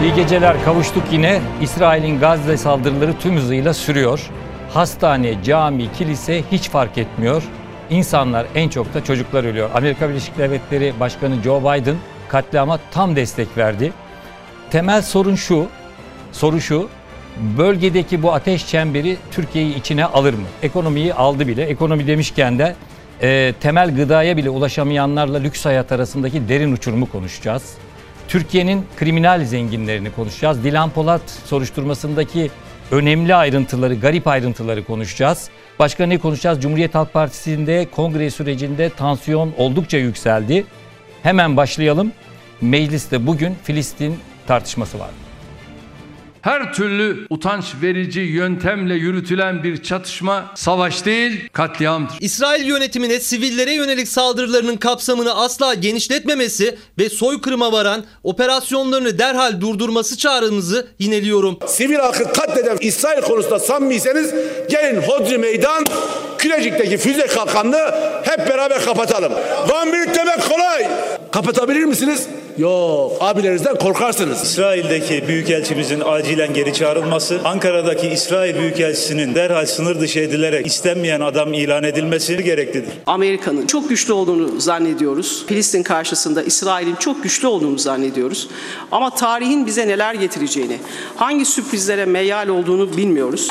İyi geceler, kavuştuk yine. İsrail'in Gazze saldırıları tüm hızıyla sürüyor. Hastane, cami, kilise hiç fark etmiyor. İnsanlar, en çok da çocuklar ölüyor. Amerika Birleşik Devletleri Başkanı Joe Biden katliama tam destek verdi. Temel soru şu, bölgedeki bu ateş çemberi Türkiye'yi içine alır mı? Ekonomiyi aldı bile. Ekonomi demişken de temel gıdaya bile ulaşamayanlarla lüks hayat arasındaki derin uçurumu konuşacağız. Türkiye'nin kriminal zenginlerini konuşacağız. Dilan Polat soruşturmasındaki önemli ayrıntıları, garip ayrıntıları konuşacağız. Başka ne konuşacağız? Cumhuriyet Halk Partisi'nde kongre sürecinde tansiyon oldukça yükseldi. Hemen başlayalım. Mecliste bugün Filistin tartışması var. Her türlü utanç verici yöntemle yürütülen bir çatışma savaş değil, katliamdır. İsrail yönetimine sivillere yönelik saldırılarının kapsamını asla genişletmemesi ve soykırıma varan operasyonlarını derhal durdurması çağrımızı yineliyorum. Sivil halkı katleden İsrail konusunda samimiyseniz gelin Hodri Meydan, Kürecik'teki füze kalkanını hep beraber kapatalım. Van Büyük demek kolay. Kapatabilir misiniz? Yok, abilerinizden korkarsınız. İsrail'deki büyükelçimizin acilen geri çağrılması, Ankara'daki İsrail büyükelçisinin derhal sınır dışı edilerek istenmeyen adam ilan edilmesi gereklidir. Amerika'nın çok güçlü olduğunu zannediyoruz. Filistin karşısında İsrail'in çok güçlü olduğunu zannediyoruz. Ama tarihin bize neler getireceğini, hangi sürprizlere meyal olduğunu bilmiyoruz.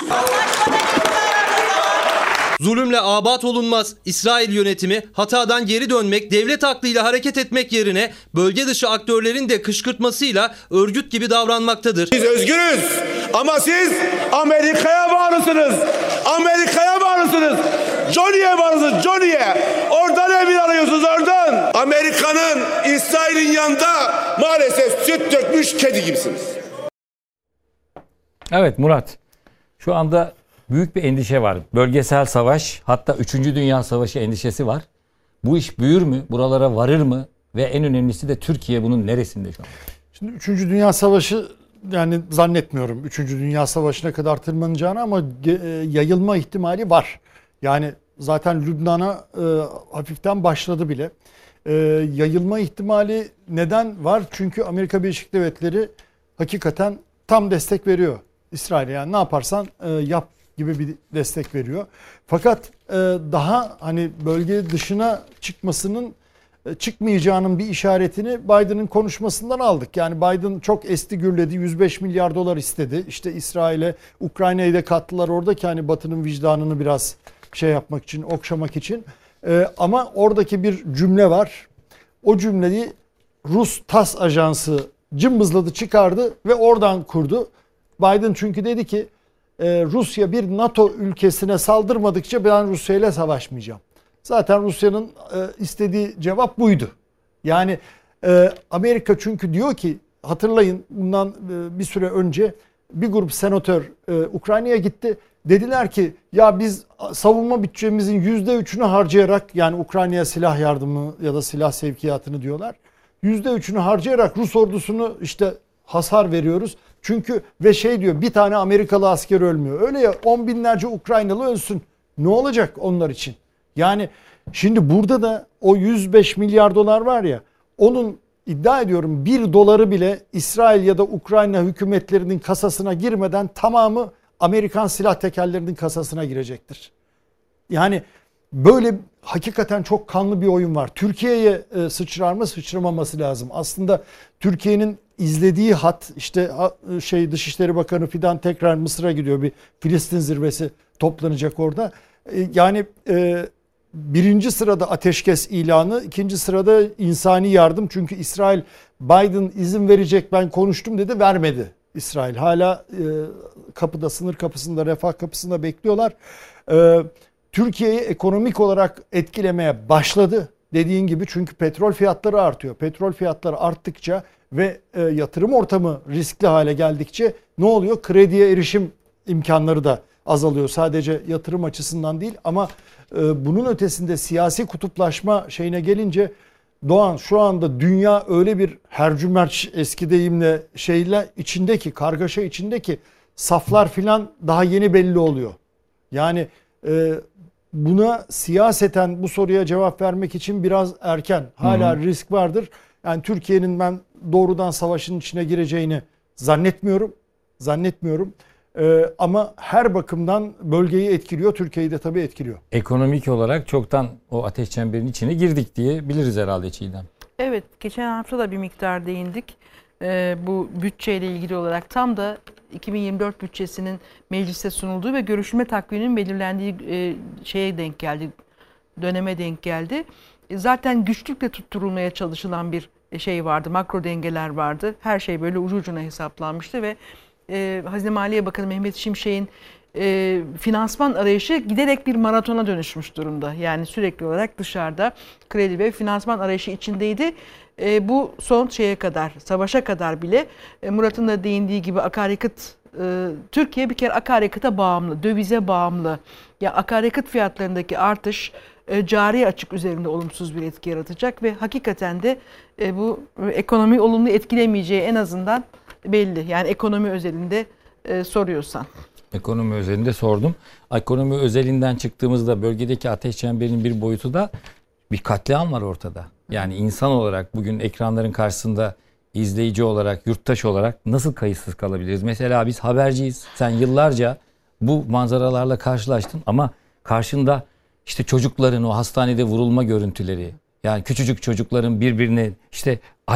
Zulümle abat olunmaz. İsrail yönetimi hatadan geri dönmek, devlet aklıyla hareket etmek yerine bölge dışı aktörlerin de kışkırtmasıyla örgüt gibi davranmaktadır. Biz özgürüz ama siz Amerika'ya bağlısınız. Amerika'ya bağlısınız. Johnny'ye bağlısınız, Johnny'ye. Oradan emir alıyorsunuz, oradan. Amerika'nın, İsrail'in yanında maalesef süt dökmüş kedi gibisiniz. Evet Murat, şu anda büyük bir endişe var. Bölgesel savaş, hatta 3. Dünya Savaşı endişesi var. Bu iş büyür mü? Buralara varır mı? Ve en önemlisi de Türkiye bunun neresinde şu an? Şimdi 3. Dünya Savaşı, yani zannetmiyorum 3. Dünya Savaşı'na kadar tırmanacağını, ama yayılma ihtimali var. Yani zaten Lübnan'a hafiften başladı bile. Yayılma ihtimali neden var? Çünkü Amerika Birleşik Devletleri hakikaten tam destek veriyor İsrail'e. Yani ne yaparsan yap gibi bir destek veriyor. Fakat daha hani bölge dışına çıkmayacağının bir işaretini Biden'ın konuşmasından aldık. Yani Biden çok esti gürledi, 105 milyar dolar istedi. İşte İsrail'e, Ukrayna'yı da kattılar oradaki, hani Batı'nın vicdanını biraz şey yapmak için, okşamak için. Ama oradaki bir cümle var. O cümleyi Rus TASS ajansı cımbızladı, çıkardı ve oradan kurdu. Biden çünkü dedi ki Rusya bir NATO ülkesine saldırmadıkça ben Rusya ile savaşmayacağım. Zaten Rusya'nın istediği cevap buydu. Yani Amerika çünkü diyor ki, hatırlayın bundan bir süre önce bir grup senatör Ukrayna'ya gitti. Dediler ki ya biz savunma bütçemizin %3'ünü harcayarak, yani Ukrayna'ya silah yardımı ya da silah sevkiyatını diyorlar, %3'ünü harcayarak Rus ordusunu işte hasar veriyoruz. Çünkü ve şey diyor, bir tane Amerikalı asker ölmüyor. Öyle ya, 10 binlerce Ukraynalı ölsün. Ne olacak onlar için? Yani şimdi burada da o 105 milyar dolar var ya, onun iddia ediyorum 1 doları bile İsrail ya da Ukrayna hükümetlerinin kasasına girmeden tamamı Amerikan silah tekellerinin kasasına girecektir. Yani böyle hakikaten çok kanlı bir oyun var. Türkiye'ye sıçrar mı? Sıçramaması lazım. Aslında Türkiye'nin izlediği hat, işte Dışişleri Bakanı Fidan tekrar Mısır'a gidiyor. Bir Filistin zirvesi toplanacak orada. Yani birinci sırada ateşkes ilanı, ikinci sırada insani yardım. Çünkü İsrail, Biden izin verecek, ben konuştum dedi, vermedi İsrail. Hala kapıda, sınır kapısında, refah kapısında bekliyorlar. Türkiye'yi ekonomik olarak etkilemeye başladı. Dediğin gibi, çünkü petrol fiyatları artıyor. Petrol fiyatları arttıkça ve yatırım ortamı riskli hale geldikçe ne oluyor? Krediye erişim imkanları da azalıyor. Sadece yatırım açısından değil, ama bunun ötesinde siyasi kutuplaşma şeyine gelince, Doğan, şu anda dünya öyle bir hercümerç, eski deyimle içindeki, kargaşa içindeki saflar filan daha yeni belli oluyor. Yani buna siyaseten bu soruya cevap vermek için biraz erken. Hala risk vardır. Yani Türkiye'nin ben doğrudan savaşın içine gireceğini Zannetmiyorum. Ama her bakımdan bölgeyi etkiliyor. Türkiye'yi de tabii etkiliyor. Ekonomik olarak çoktan o ateş çemberinin içine girdik diye biliriz herhalde Çiğdem. Evet, geçen hafta da bir miktar değindik. Bu bütçeyle ilgili olarak tam da 2024 bütçesinin meclise sunulduğu ve görüşülme takviminin belirlendiği şeye denk geldi. Döneme denk geldi. Zaten güçlükle tutturulmaya çalışılan bir şey vardı. Makro dengeler vardı. Her şey böyle ucu ucuna hesaplanmıştı ve Hazine Maliye Bakanı Mehmet Şimşek'in finansman arayışı giderek bir maratona dönüşmüş durumda. Yani sürekli olarak dışarıda kredi ve finansman arayışı içindeydi. Bu son şeye kadar, savaşa kadar bile Murat'ın da değindiği gibi akaryakıt, Türkiye bir kere akaryakıta bağımlı, dövize bağımlı. Ya akaryakıt fiyatlarındaki artış cari açık üzerinde olumsuz bir etki yaratacak ve hakikaten de bu ekonomiyi olumlu etkilemeyeceği en azından belli. Yani ekonomi özelinde soruyorsan. Ekonomi özelinde sordum. Ekonomi özelinden çıktığımızda bölgedeki ateş çemberinin bir boyutu da bir katliam var ortada. Yani insan olarak bugün ekranların karşısında izleyici olarak, yurttaş olarak nasıl kayıtsız kalabiliriz? Mesela biz haberciyiz. Sen yıllarca bu manzaralarla karşılaştın ama karşında işte çocukların o hastanede vurulma görüntüleri, yani küçücük çocukların birbirine işte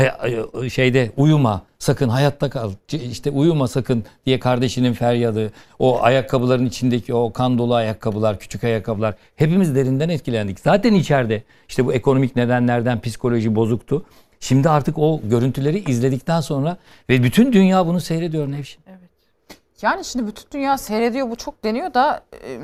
uyuma sakın, hayatta kal, işte uyuma sakın diye kardeşinin feryadı, o ayakkabıların içindeki o kan dolu ayakkabılar, küçük ayakkabılar, hepimiz derinden etkilendik. Zaten içeride işte bu ekonomik nedenlerden psikoloji bozuktu. Şimdi artık o görüntüleri izledikten sonra ve bütün dünya bunu seyrediyor Nevşin. Evet. Yani şimdi bütün dünya seyrediyor, bu çok deniyor da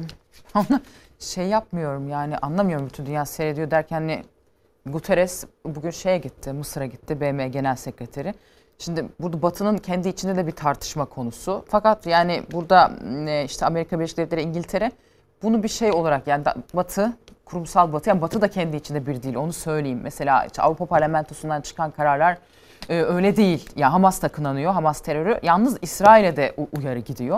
şey yapmıyorum yani, anlamıyorum bütün dünya seyrediyor derken hani Guterres bugün şeye gitti, Mısır'a gitti, BM Genel Sekreteri. Şimdi burada Batı'nın kendi içinde de bir tartışma konusu. Fakat yani burada işte Amerika Birleşik Devletleri, İngiltere bunu bir şey olarak, yani Batı, kurumsal Batı, yani Batı da kendi içinde bir değil, onu söyleyeyim. Mesela işte Avrupa Parlamentosu'ndan çıkan kararlar öyle değil. Ya Hamas da kınanıyor, Hamas terörü. Yalnız İsrail'e de uyarı gidiyor.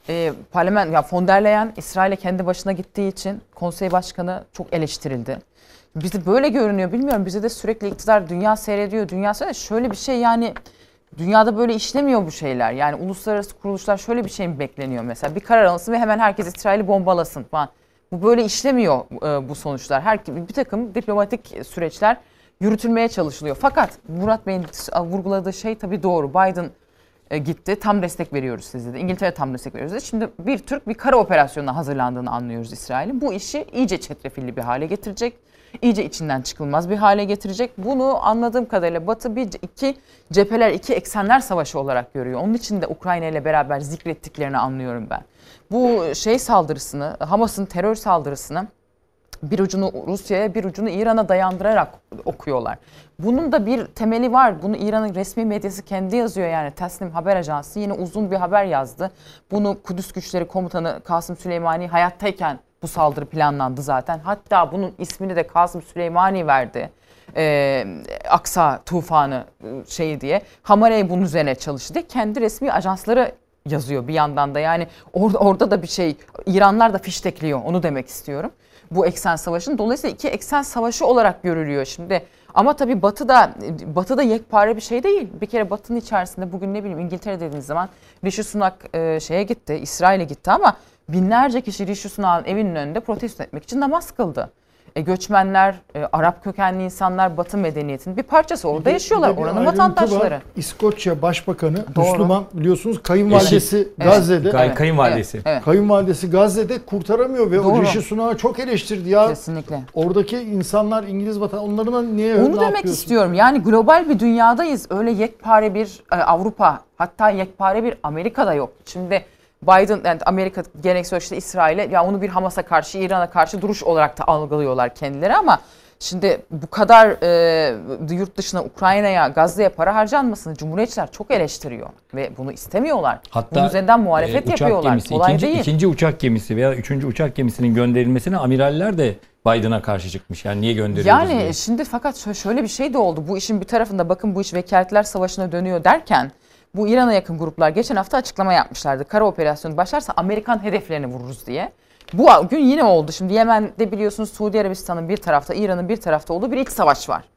Von der Leyen İsrail'e kendi başına gittiği için konsey başkanı çok eleştirildi. Bizi böyle görünüyor, bilmiyorum, bize de sürekli iktidar, dünya seyrediyor, dünya seyrediyor. Şöyle bir şey, yani dünyada böyle işlemiyor bu şeyler. Yani uluslararası kuruluşlar şöyle bir şey mi bekleniyor mesela? Bir karar alınsın ve hemen herkes İsrail'i bombalasın falan. Bu böyle işlemiyor bu sonuçlar. Bir takım diplomatik süreçler yürütülmeye çalışılıyor. Fakat Murat Bey'in vurguladığı şey tabii doğru. Biden gitti, tam destek veriyoruz size de. İngiltere tam destek veriyoruz dedi. Şimdi bir Türk bir kara operasyonuna hazırlandığını anlıyoruz İsrail'in. Bu işi iyice çetrefilli bir hale getirecek. İyice içinden çıkılmaz bir hale getirecek. Bunu anladığım kadarıyla Batı iki cepheler, iki eksenler savaşı olarak görüyor. Onun için de Ukrayna ile beraber zikrettiklerini anlıyorum ben. Bu saldırısını, Hamas'ın terör saldırısını bir ucunu Rusya'ya, bir ucunu İran'a dayandırarak okuyorlar. Bunun da bir temeli var. Bunu İran'ın resmi medyası kendi yazıyor, yani Tasnim Haber Ajansı yine uzun bir haber yazdı. Bunu Kudüs Güçleri Komutanı Kasım Süleymani hayattayken bu saldırı planlandı zaten. Hatta bunun ismini de Kasım Süleymani verdi. Aksa tufanı diye. Hamarey bunun üzerine çalıştı diye kendi resmi ajansları yazıyor bir yandan da. Yani orada da bir şey, İranlar da fiştekliyor, onu demek istiyorum. Bu eksen savaşın. Dolayısıyla iki eksen savaşı olarak görülüyor şimdi. Ama tabii Batı'da yekpare bir şey değil. Bir kere Batı'nın içerisinde bugün ne bileyim İngiltere dediğiniz zaman Rishi Sunak gitti, İsrail'e gitti ama binlerce kişi Rishi Sunak'ın evinin önünde protesto etmek için namaz kıldı. Göçmenler, Arap kökenli insanlar Batı medeniyetinin bir parçası, orada yaşıyorlar, oranın vatandaşları. İskoçya Başbakanı Müslüman, biliyorsunuz, kayınvalidesi Gazze'de. Kayınvalidesi. Evet. Kayınvalidesi Gazze'de kurtaramıyor ve o Rishi Sunak'ı çok eleştirdi ya. Kesinlikle. Oradaki insanlar, İngiliz Onu demek istiyorum. Yani global bir dünyadayız. Öyle yekpare bir Avrupa, hatta yekpare bir Amerika'da yok. Şimdi Biden, yani Amerika geleneksel işte İsrail'e, ya onu bir Hamas'a karşı, İran'a karşı duruş olarak da algılıyorlar kendileri ama şimdi bu kadar yurt dışına, Ukrayna'ya, Gazze'ye para harcanmasını Cumhuriyetçiler çok eleştiriyor ve bunu istemiyorlar. Hatta bunun üzerinden muhalefet yapıyorlar. Kolay değil. İkinci uçak gemisi veya üçüncü uçak gemisinin gönderilmesine amiraller de Biden'a karşı çıkmış. Yani niye gönderiyoruz diye. Şimdi fakat şöyle bir şey de oldu. Bu işin bir tarafında bakın bu iş vekaletler savaşına dönüyor derken bu İran'a yakın gruplar geçen hafta açıklama yapmışlardı. Kara operasyonu başlarsa Amerikan hedeflerini vururuz diye. Bu gün yine oldu. Şimdi Yemen'de biliyorsunuz Suudi Arabistan'ın bir tarafta, İran'ın bir tarafta olduğu bir iç savaş var.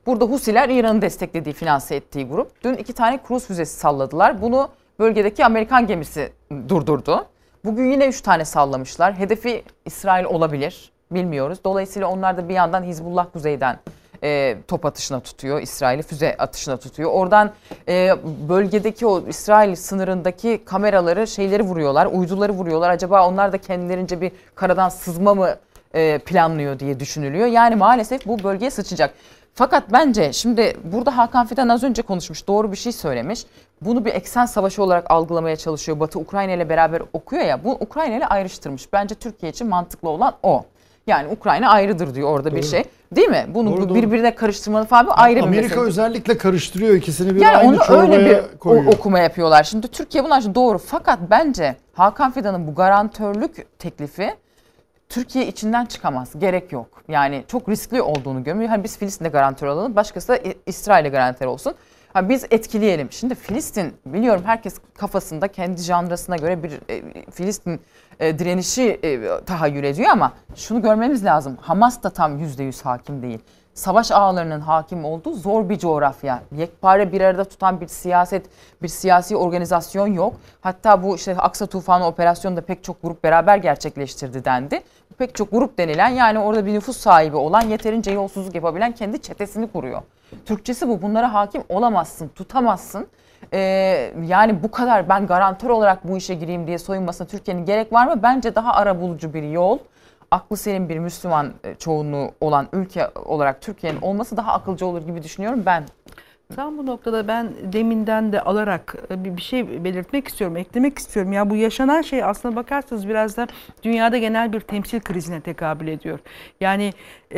Burada Husiler İran'ın desteklediği, finanse ettiği grup. Dün 2 tane kruz füzesi salladılar. Bunu bölgedeki Amerikan gemisi durdurdu. Bugün yine 3 tane sallamışlar. Hedefi İsrail olabilir. Bilmiyoruz. Dolayısıyla onlar da bir yandan Hizbullah kuzeyden top atışına tutuyor. İsrail'i füze atışına tutuyor. Oradan bölgedeki o İsrail sınırındaki kameraları, şeyleri vuruyorlar. Uyduları vuruyorlar. Acaba onlar da kendilerince bir karadan sızma mı planlıyor diye düşünülüyor. Yani maalesef bu bölgeye sıçacak. Fakat bence şimdi burada Hakan Fidan az önce konuşmuş. Doğru bir şey söylemiş. Bunu bir eksen savaşı olarak algılamaya çalışıyor. Batı Ukrayna ile beraber okuyor ya. Bu Ukrayna ile ayrıştırmış. Bence Türkiye için mantıklı olan o. Yani Ukrayna ayrıdır diyor orada. Doğru. Bir şey. Değil mi? Bunu birbirine karıştırmanın falan ayrı bir mesele. Amerika özellikle karıştırıyor ikisini bir yani aynı çorbaya öyle bir koyuyor. Okuma yapıyorlar. Şimdi Türkiye bunlar için doğru. Fakat bence Hakan Fidan'ın bu garantörlük teklifi Türkiye içinden çıkamaz. Gerek yok. Yani çok riskli olduğunu görüyor. Hani biz Filistin'de garantör olalım. Başkası da İsrail'e garantör olsun. Ha biz etkileyelim. Şimdi Filistin, biliyorum herkes kafasında kendi janrasına göre bir Filistin direnişi tahayyül ediyor ama şunu görmemiz lazım. Hamas da tam %100 hakim değil. Savaş ağlarının hakim olduğu zor bir coğrafya. Yekpare bir arada tutan bir siyasi organizasyon yok. Hatta bu işte Aksa Tufanı operasyonu da pek çok grup beraber gerçekleştirdi dendi. Pek çok grup denilen, yani orada bir nüfus sahibi olan, yeterince yolsuzluk yapabilen kendi çetesini kuruyor. Türkçesi bu. Bunlara hakim olamazsın, tutamazsın. Yani bu kadar ben garantör olarak bu işe gireyim diye soyunmasına Türkiye'nin gerek var mı? Bence daha arabulucu bir yol, aklı selim bir Müslüman çoğunluğu olan ülke olarak Türkiye'nin olması daha akılcı olur gibi düşünüyorum ben. Tam bu noktada ben deminden de alarak bir şey belirtmek istiyorum, eklemek istiyorum. Ya bu yaşanan şey aslına bakarsanız biraz da dünyada genel bir temsil krizine tekabül ediyor. Yani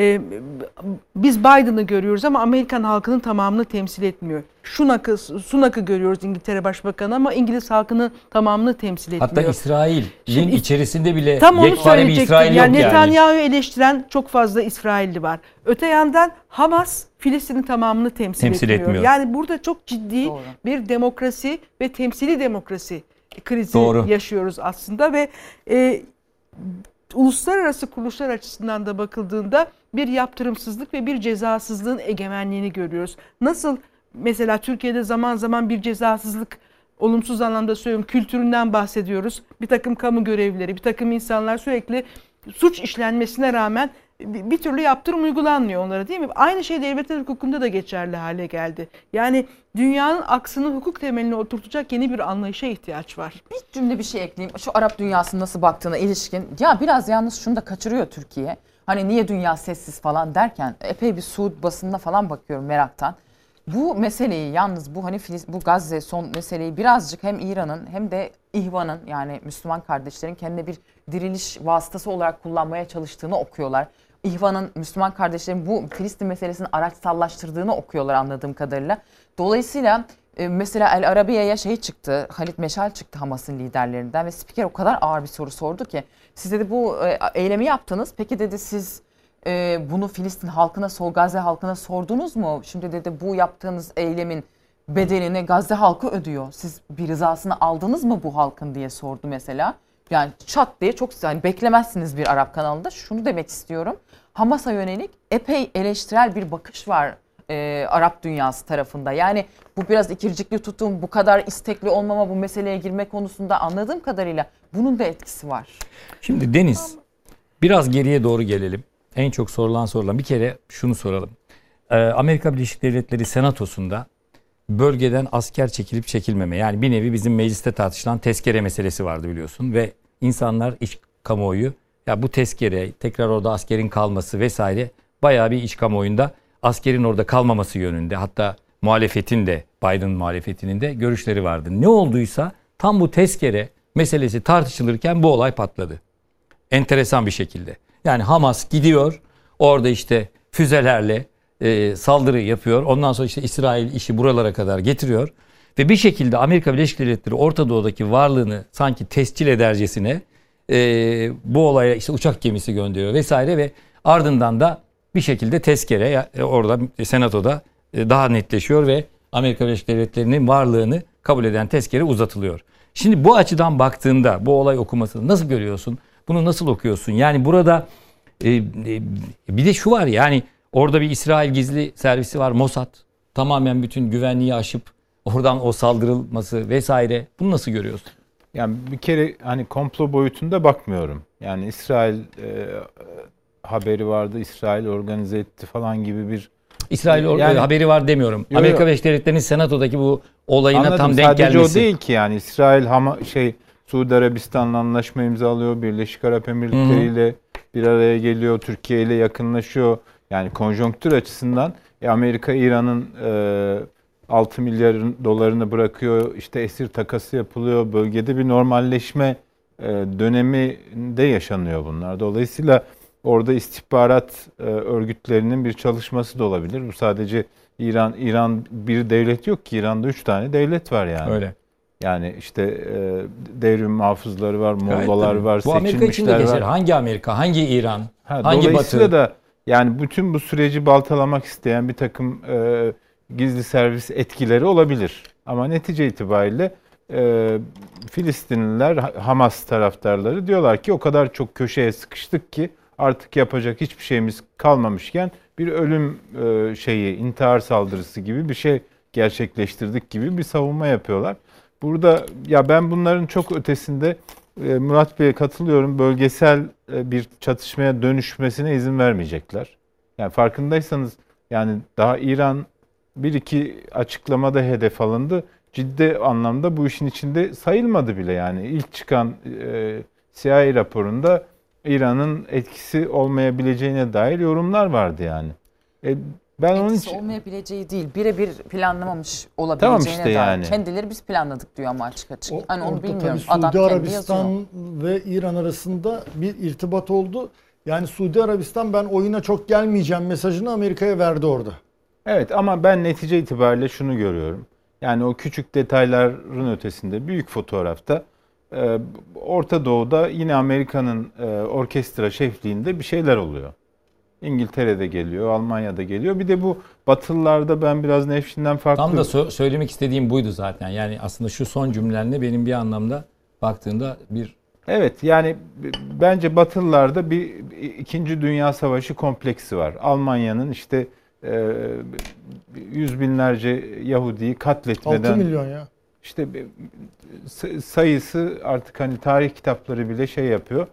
biz Biden'ı görüyoruz ama Amerikan halkının tamamını temsil etmiyor. Sunak'ı görüyoruz, İngiltere Başbakanı, ama İngiliz halkının tamamını temsil etmiyor. Hatta İsrail'in içerisinde bile yekpare bir İsrail yok yani. Netanyahu'yu yani. Eleştiren çok fazla İsrailli var. Öte yandan Hamas Filistin'in tamamını temsil etmiyor. Yani burada çok ciddi bir demokrasi ve temsili demokrasi krizi yaşıyoruz aslında ve uluslararası kuruluşlar açısından da bakıldığında bir yaptırımsızlık ve bir cezasızlığın egemenliğini görüyoruz. Nasıl mesela Türkiye'de zaman zaman bir cezasızlık, olumsuz anlamda söylüyorum, kültüründen bahsediyoruz. Bir takım kamu görevlileri, bir takım insanlar sürekli suç işlenmesine rağmen bir türlü yaptırım uygulanmıyor onlara, değil mi? Aynı şey devletler hukukunda da geçerli hale geldi. Yani dünyanın aksını hukuk temeline oturtacak yeni bir anlayışa ihtiyaç var. Bir cümle bir şey ekleyeyim. Şu Arap dünyasının nasıl baktığına ilişkin. Ya biraz yalnız şunu da kaçırıyor Türkiye. Hani niye dünya sessiz falan derken epey bir Suud basınına falan bakıyorum meraktan. Bu meseleyi yalnız bu Gazze son meseleyi birazcık hem İran'ın hem de İhvan'ın, yani Müslüman kardeşlerin kendine bir diriliş vasıtası olarak kullanmaya çalıştığını okuyorlar. İhvan'ın, Müslüman kardeşlerin bu Filistin meselesini araçsallaştırdığını okuyorlar anladığım kadarıyla. Dolayısıyla mesela El Arabiye'ye çıktı, Halit Meşal çıktı Hamas'ın liderlerinden ve spiker o kadar ağır bir soru sordu ki, siz dedi bu eylemi yaptınız, peki dedi siz bunu Filistin halkına, Gazze halkına sordunuz mu? Şimdi dedi bu yaptığınız eylemin bedelini Gazze halkı ödüyor. Siz bir rızasını aldınız mı bu halkın diye sordu mesela. Yani çat diye çok beklemezsiniz bir Arap kanalında. Şunu demek istiyorum. Hamas'a yönelik epey eleştirel bir bakış var Arap dünyası tarafında. Yani bu biraz ikircikli tutum, bu kadar istekli olmama bu meseleye girme konusunda anladığım kadarıyla bunun da etkisi var. Şimdi Deniz, biraz geriye doğru gelelim. En çok sorulan bir kere şunu soralım. Amerika Birleşik Devletleri Senatosu'nda bölgeden asker çekilip çekilmeme, yani bir nevi bizim mecliste tartışılan tezkere meselesi vardı biliyorsun ve insanlar, iç kamuoyu, ya bu tezkere, tekrar orada askerin kalması vesaire, bayağı bir iç kamuoyunda askerin orada kalmaması yönünde, hatta muhalefetin de, Biden muhalefetinin de görüşleri vardı. Ne olduysa tam bu tezkere meselesi tartışılırken bu olay patladı. Enteresan bir şekilde. Yani Hamas gidiyor orada işte füzelerle saldırı yapıyor. Ondan sonra işte İsrail işi buralara kadar getiriyor. Ve bir şekilde Amerika Birleşik Devletleri Orta Doğu'daki varlığını sanki tescil edercesine bu olaya işte uçak gemisi gönderiyor vesaire ve ardından da bir şekilde tezkere orada Senato'da daha netleşiyor ve Amerika Birleşik Devletleri'nin varlığını kabul eden tezkere uzatılıyor. Şimdi bu açıdan baktığında bu olay okumasını nasıl görüyorsun? Bunu nasıl okuyorsun? Yani burada bir de şu var, yani Orada bir İsrail gizli servisi var, Mossad. Tamamen bütün güvenliği aşıp oradan o saldırılması vesaire. Bunu nasıl görüyorsun? Yani bir kere hani komplo boyutunda bakmıyorum. Yani İsrail haberi vardı, İsrail organize etti falan gibi bir... İsrail yani, haberi var demiyorum. Yo, Amerika Birleşik Devletleri'nin Senato'daki bu olayına anladım, tam denk sadece gelmesi. o değil ki yani İsrail Suudi Arabistan'la anlaşma imzalıyor, Birleşik Arap Emirlikleri ile bir araya geliyor, Türkiye ile yakınlaşıyor. Yani konjonktür açısından Amerika İran'ın 6 milyar dolarını bırakıyor, işte esir takası yapılıyor, bölgede bir normalleşme döneminde yaşanıyor bunlar. Dolayısıyla orada istihbarat örgütlerinin bir çalışması da olabilir. Bu sadece İran bir devlet yok ki, İran'da 3 tane devlet var yani. Öyle. Yani işte devrim muhafızları var, mollalar var, bu Amerika için de geçer. Hangi Amerika, hangi İran, hangi dolayısıyla Batı? da yani bütün bu süreci baltalamak isteyen bir takım gizli servis etkileri olabilir. Ama netice itibariyle Filistinliler, Hamas taraftarları diyorlar ki o kadar çok köşeye sıkıştık ki artık yapacak hiçbir şeyimiz kalmamışken bir ölüm intihar saldırısı gibi bir şey gerçekleştirdik gibi bir savunma yapıyorlar. Burada ya ben bunların çok ötesinde Murat Bey'e katılıyorum. Bölgesel bir çatışmaya dönüşmesine izin vermeyecekler. Yani farkındaysanız yani daha İran bir iki açıklamada hedef alındı. Ciddi anlamda bu işin içinde sayılmadı bile yani. İlk çıkan CIA raporunda İran'ın etkisi olmayabileceğine dair yorumlar vardı yani. Ben onun için olmayabileceği değil, birebir planlamamış olabileceğine tamam işte dair. yani. Kendileri biz planladık diyor ama açık açık. Hani onu bilmiyorum. Tabii Suudi Adam Arabistan ve İran arasında bir irtibat oldu. Yani Suudi Arabistan ben oyuna çok gelmeyeceğim mesajını Amerika'ya verdi orada. Evet ama ben netice itibariyle şunu görüyorum. Yani o küçük detayların ötesinde büyük fotoğrafta Orta Doğu'da yine Amerika'nın orkestra şefliğinde bir şeyler oluyor. İngiltere'de geliyor, Almanya'da geliyor. Bir de bu Batılılarda ben biraz Nevşin'den farklı... Tam da söylemek istediğim buydu zaten. Yani aslında şu son cümlenle benim bir anlamda baktığında bir... Evet yani bence Batılılarda bir İkinci Dünya Savaşı kompleksi var. Almanya'nın işte yüz binlerce Yahudi'yi katletmeden... 6 milyon ya. İşte sayısı artık hani tarih kitapları bile şey yapıyor.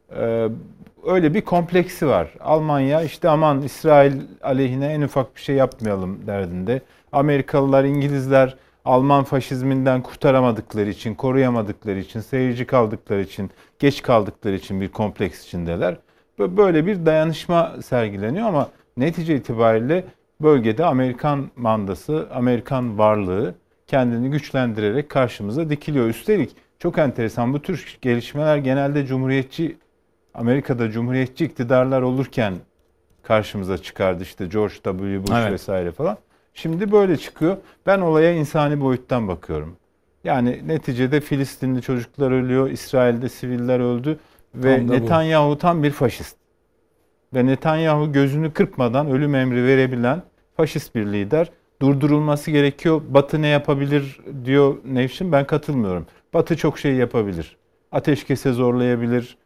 Öyle bir kompleksi var. Almanya işte aman İsrail aleyhine en ufak bir şey yapmayalım derdinde. Amerikalılar, İngilizler Alman faşizminden kurtaramadıkları için, koruyamadıkları için, seyirci kaldıkları için, geç kaldıkları için bir kompleks içindeler. Böyle bir dayanışma sergileniyor ama netice itibariyle bölgede Amerikan mandası, Amerikan varlığı kendini güçlendirerek karşımıza dikiliyor. Üstelik çok enteresan bu tür gelişmeler genelde Amerika'da cumhuriyetçi iktidarlar olurken karşımıza çıkardı. İşte George W. Bush vesaire falan. Şimdi böyle çıkıyor. Ben olaya insani boyuttan bakıyorum. Yani neticede Filistinli çocuklar ölüyor, İsrail'de siviller öldü ve Netanyahu tam bir faşist. Ve Netanyahu gözünü kırpmadan ölüm emri verebilen faşist bir lider. Durdurulması gerekiyor. Batı ne yapabilir diyor Nevşin. Ben katılmıyorum. Batı çok şey yapabilir. Ateşkese zorlayabilir.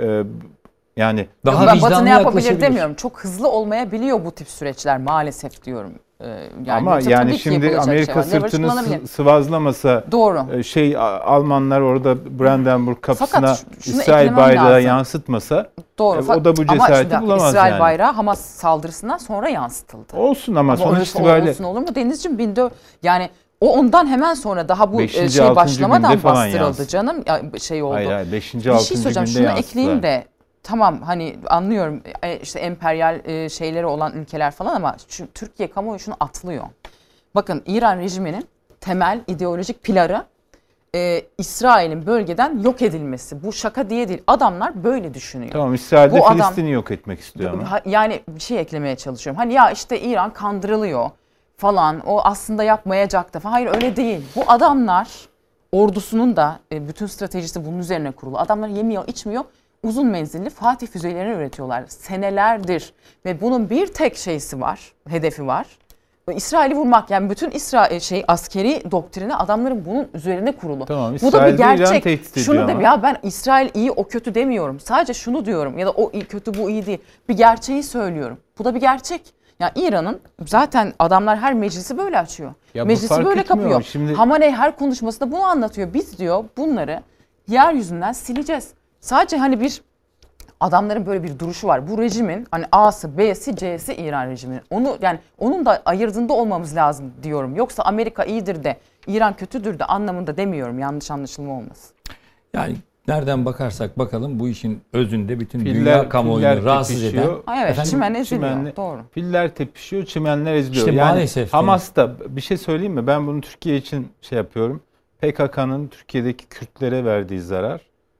Yani daha ben Batı ne yapabilir yaklaşabilir demiyorum. Çok hızlı olmayabiliyor bu tip süreçler maalesef diyorum. Yani ama yani şimdi Amerika sırtını sıvazlamasa doğru. Almanlar orada Brandenburg kapısına İsrail bayrağı yansıtmasa doğru. O da bu cesareti bulamaz İsrail yani. bayrağı Hamas saldırısından sonra yansıtıldı. Olsun ama sonuç itibariyle olsun olur mu Denizciğim? Yani o ondan hemen sonra daha bu başlamadan bastırıldı canım. Oldu. Hayır 5. 6. Bir şey söyleyeceğim. Şunu yansıttılar. ekleyeyim de tamam hani anlıyorum işte emperyal şeyleri olan ülkeler falan ama Türkiye kamuoyu şunu atlıyor. Bakın İran rejiminin temel ideolojik piları İsrail'in bölgeden yok edilmesi. Bu şaka diye değil. Adamlar böyle düşünüyor. Tamam İsrail'de Filistin'i yok etmek istiyor ama. Yani bir şey eklemeye çalışıyorum. Hani ya işte İran kandırılıyor falan. O aslında yapmayacaktı falan. Hayır öyle değil. Bu adamlar ordusunun da bütün stratejisi bunun üzerine kurulu. Adamlar yemiyor, içmiyor. Uzun menzilli Fatih füzelerini üretiyorlar senelerdir ve bunun bir tek şeysi var, hedefi var. İsrail'i vurmak yani bütün askeri doktrini adamların bunun üzerine kurulu. Tamam, bu da bir gerçek. Şunu da ya ben İsrail iyi o kötü demiyorum. Sadece şunu diyorum ya da o iyi kötü bu iyi değil. Bir gerçeği söylüyorum. Bu da bir gerçek. Ya İran'ın zaten adamlar her meclisi böyle açıyor. Ya bu Meclisi fark böyle etmiyor. kapıyor. Şimdi- Hamaney her konuşmasında bunu anlatıyor. Biz diyor bunları yeryüzünden sileceğiz. Sadece hani bir adamların böyle bir duruşu var. Bu rejimin hani A'sı, B'si, C'si İran rejiminin. Onu yani onun da ayırdığında olmamız lazım diyorum. Yoksa Amerika iyidir de İran kötüdür de anlamında demiyorum. Yanlış anlaşılma olmasın. Yani nereden bakarsak bakalım bu işin özünde bütün Filler- dünya kamuoyunu filler rahatsız eden. tepişiyor. Ha, evet, Efendim? çimen eziliyor. Çimenli- Doğru. Filler tepişiyor, çimenler eziliyor. İşte yani maalesef. Hamas'ta bir şey söyleyeyim mi? Ben bunu Türkiye için şey yapıyorum. PKK'nın Türkiye'deki Kürtlere verdiği zarar,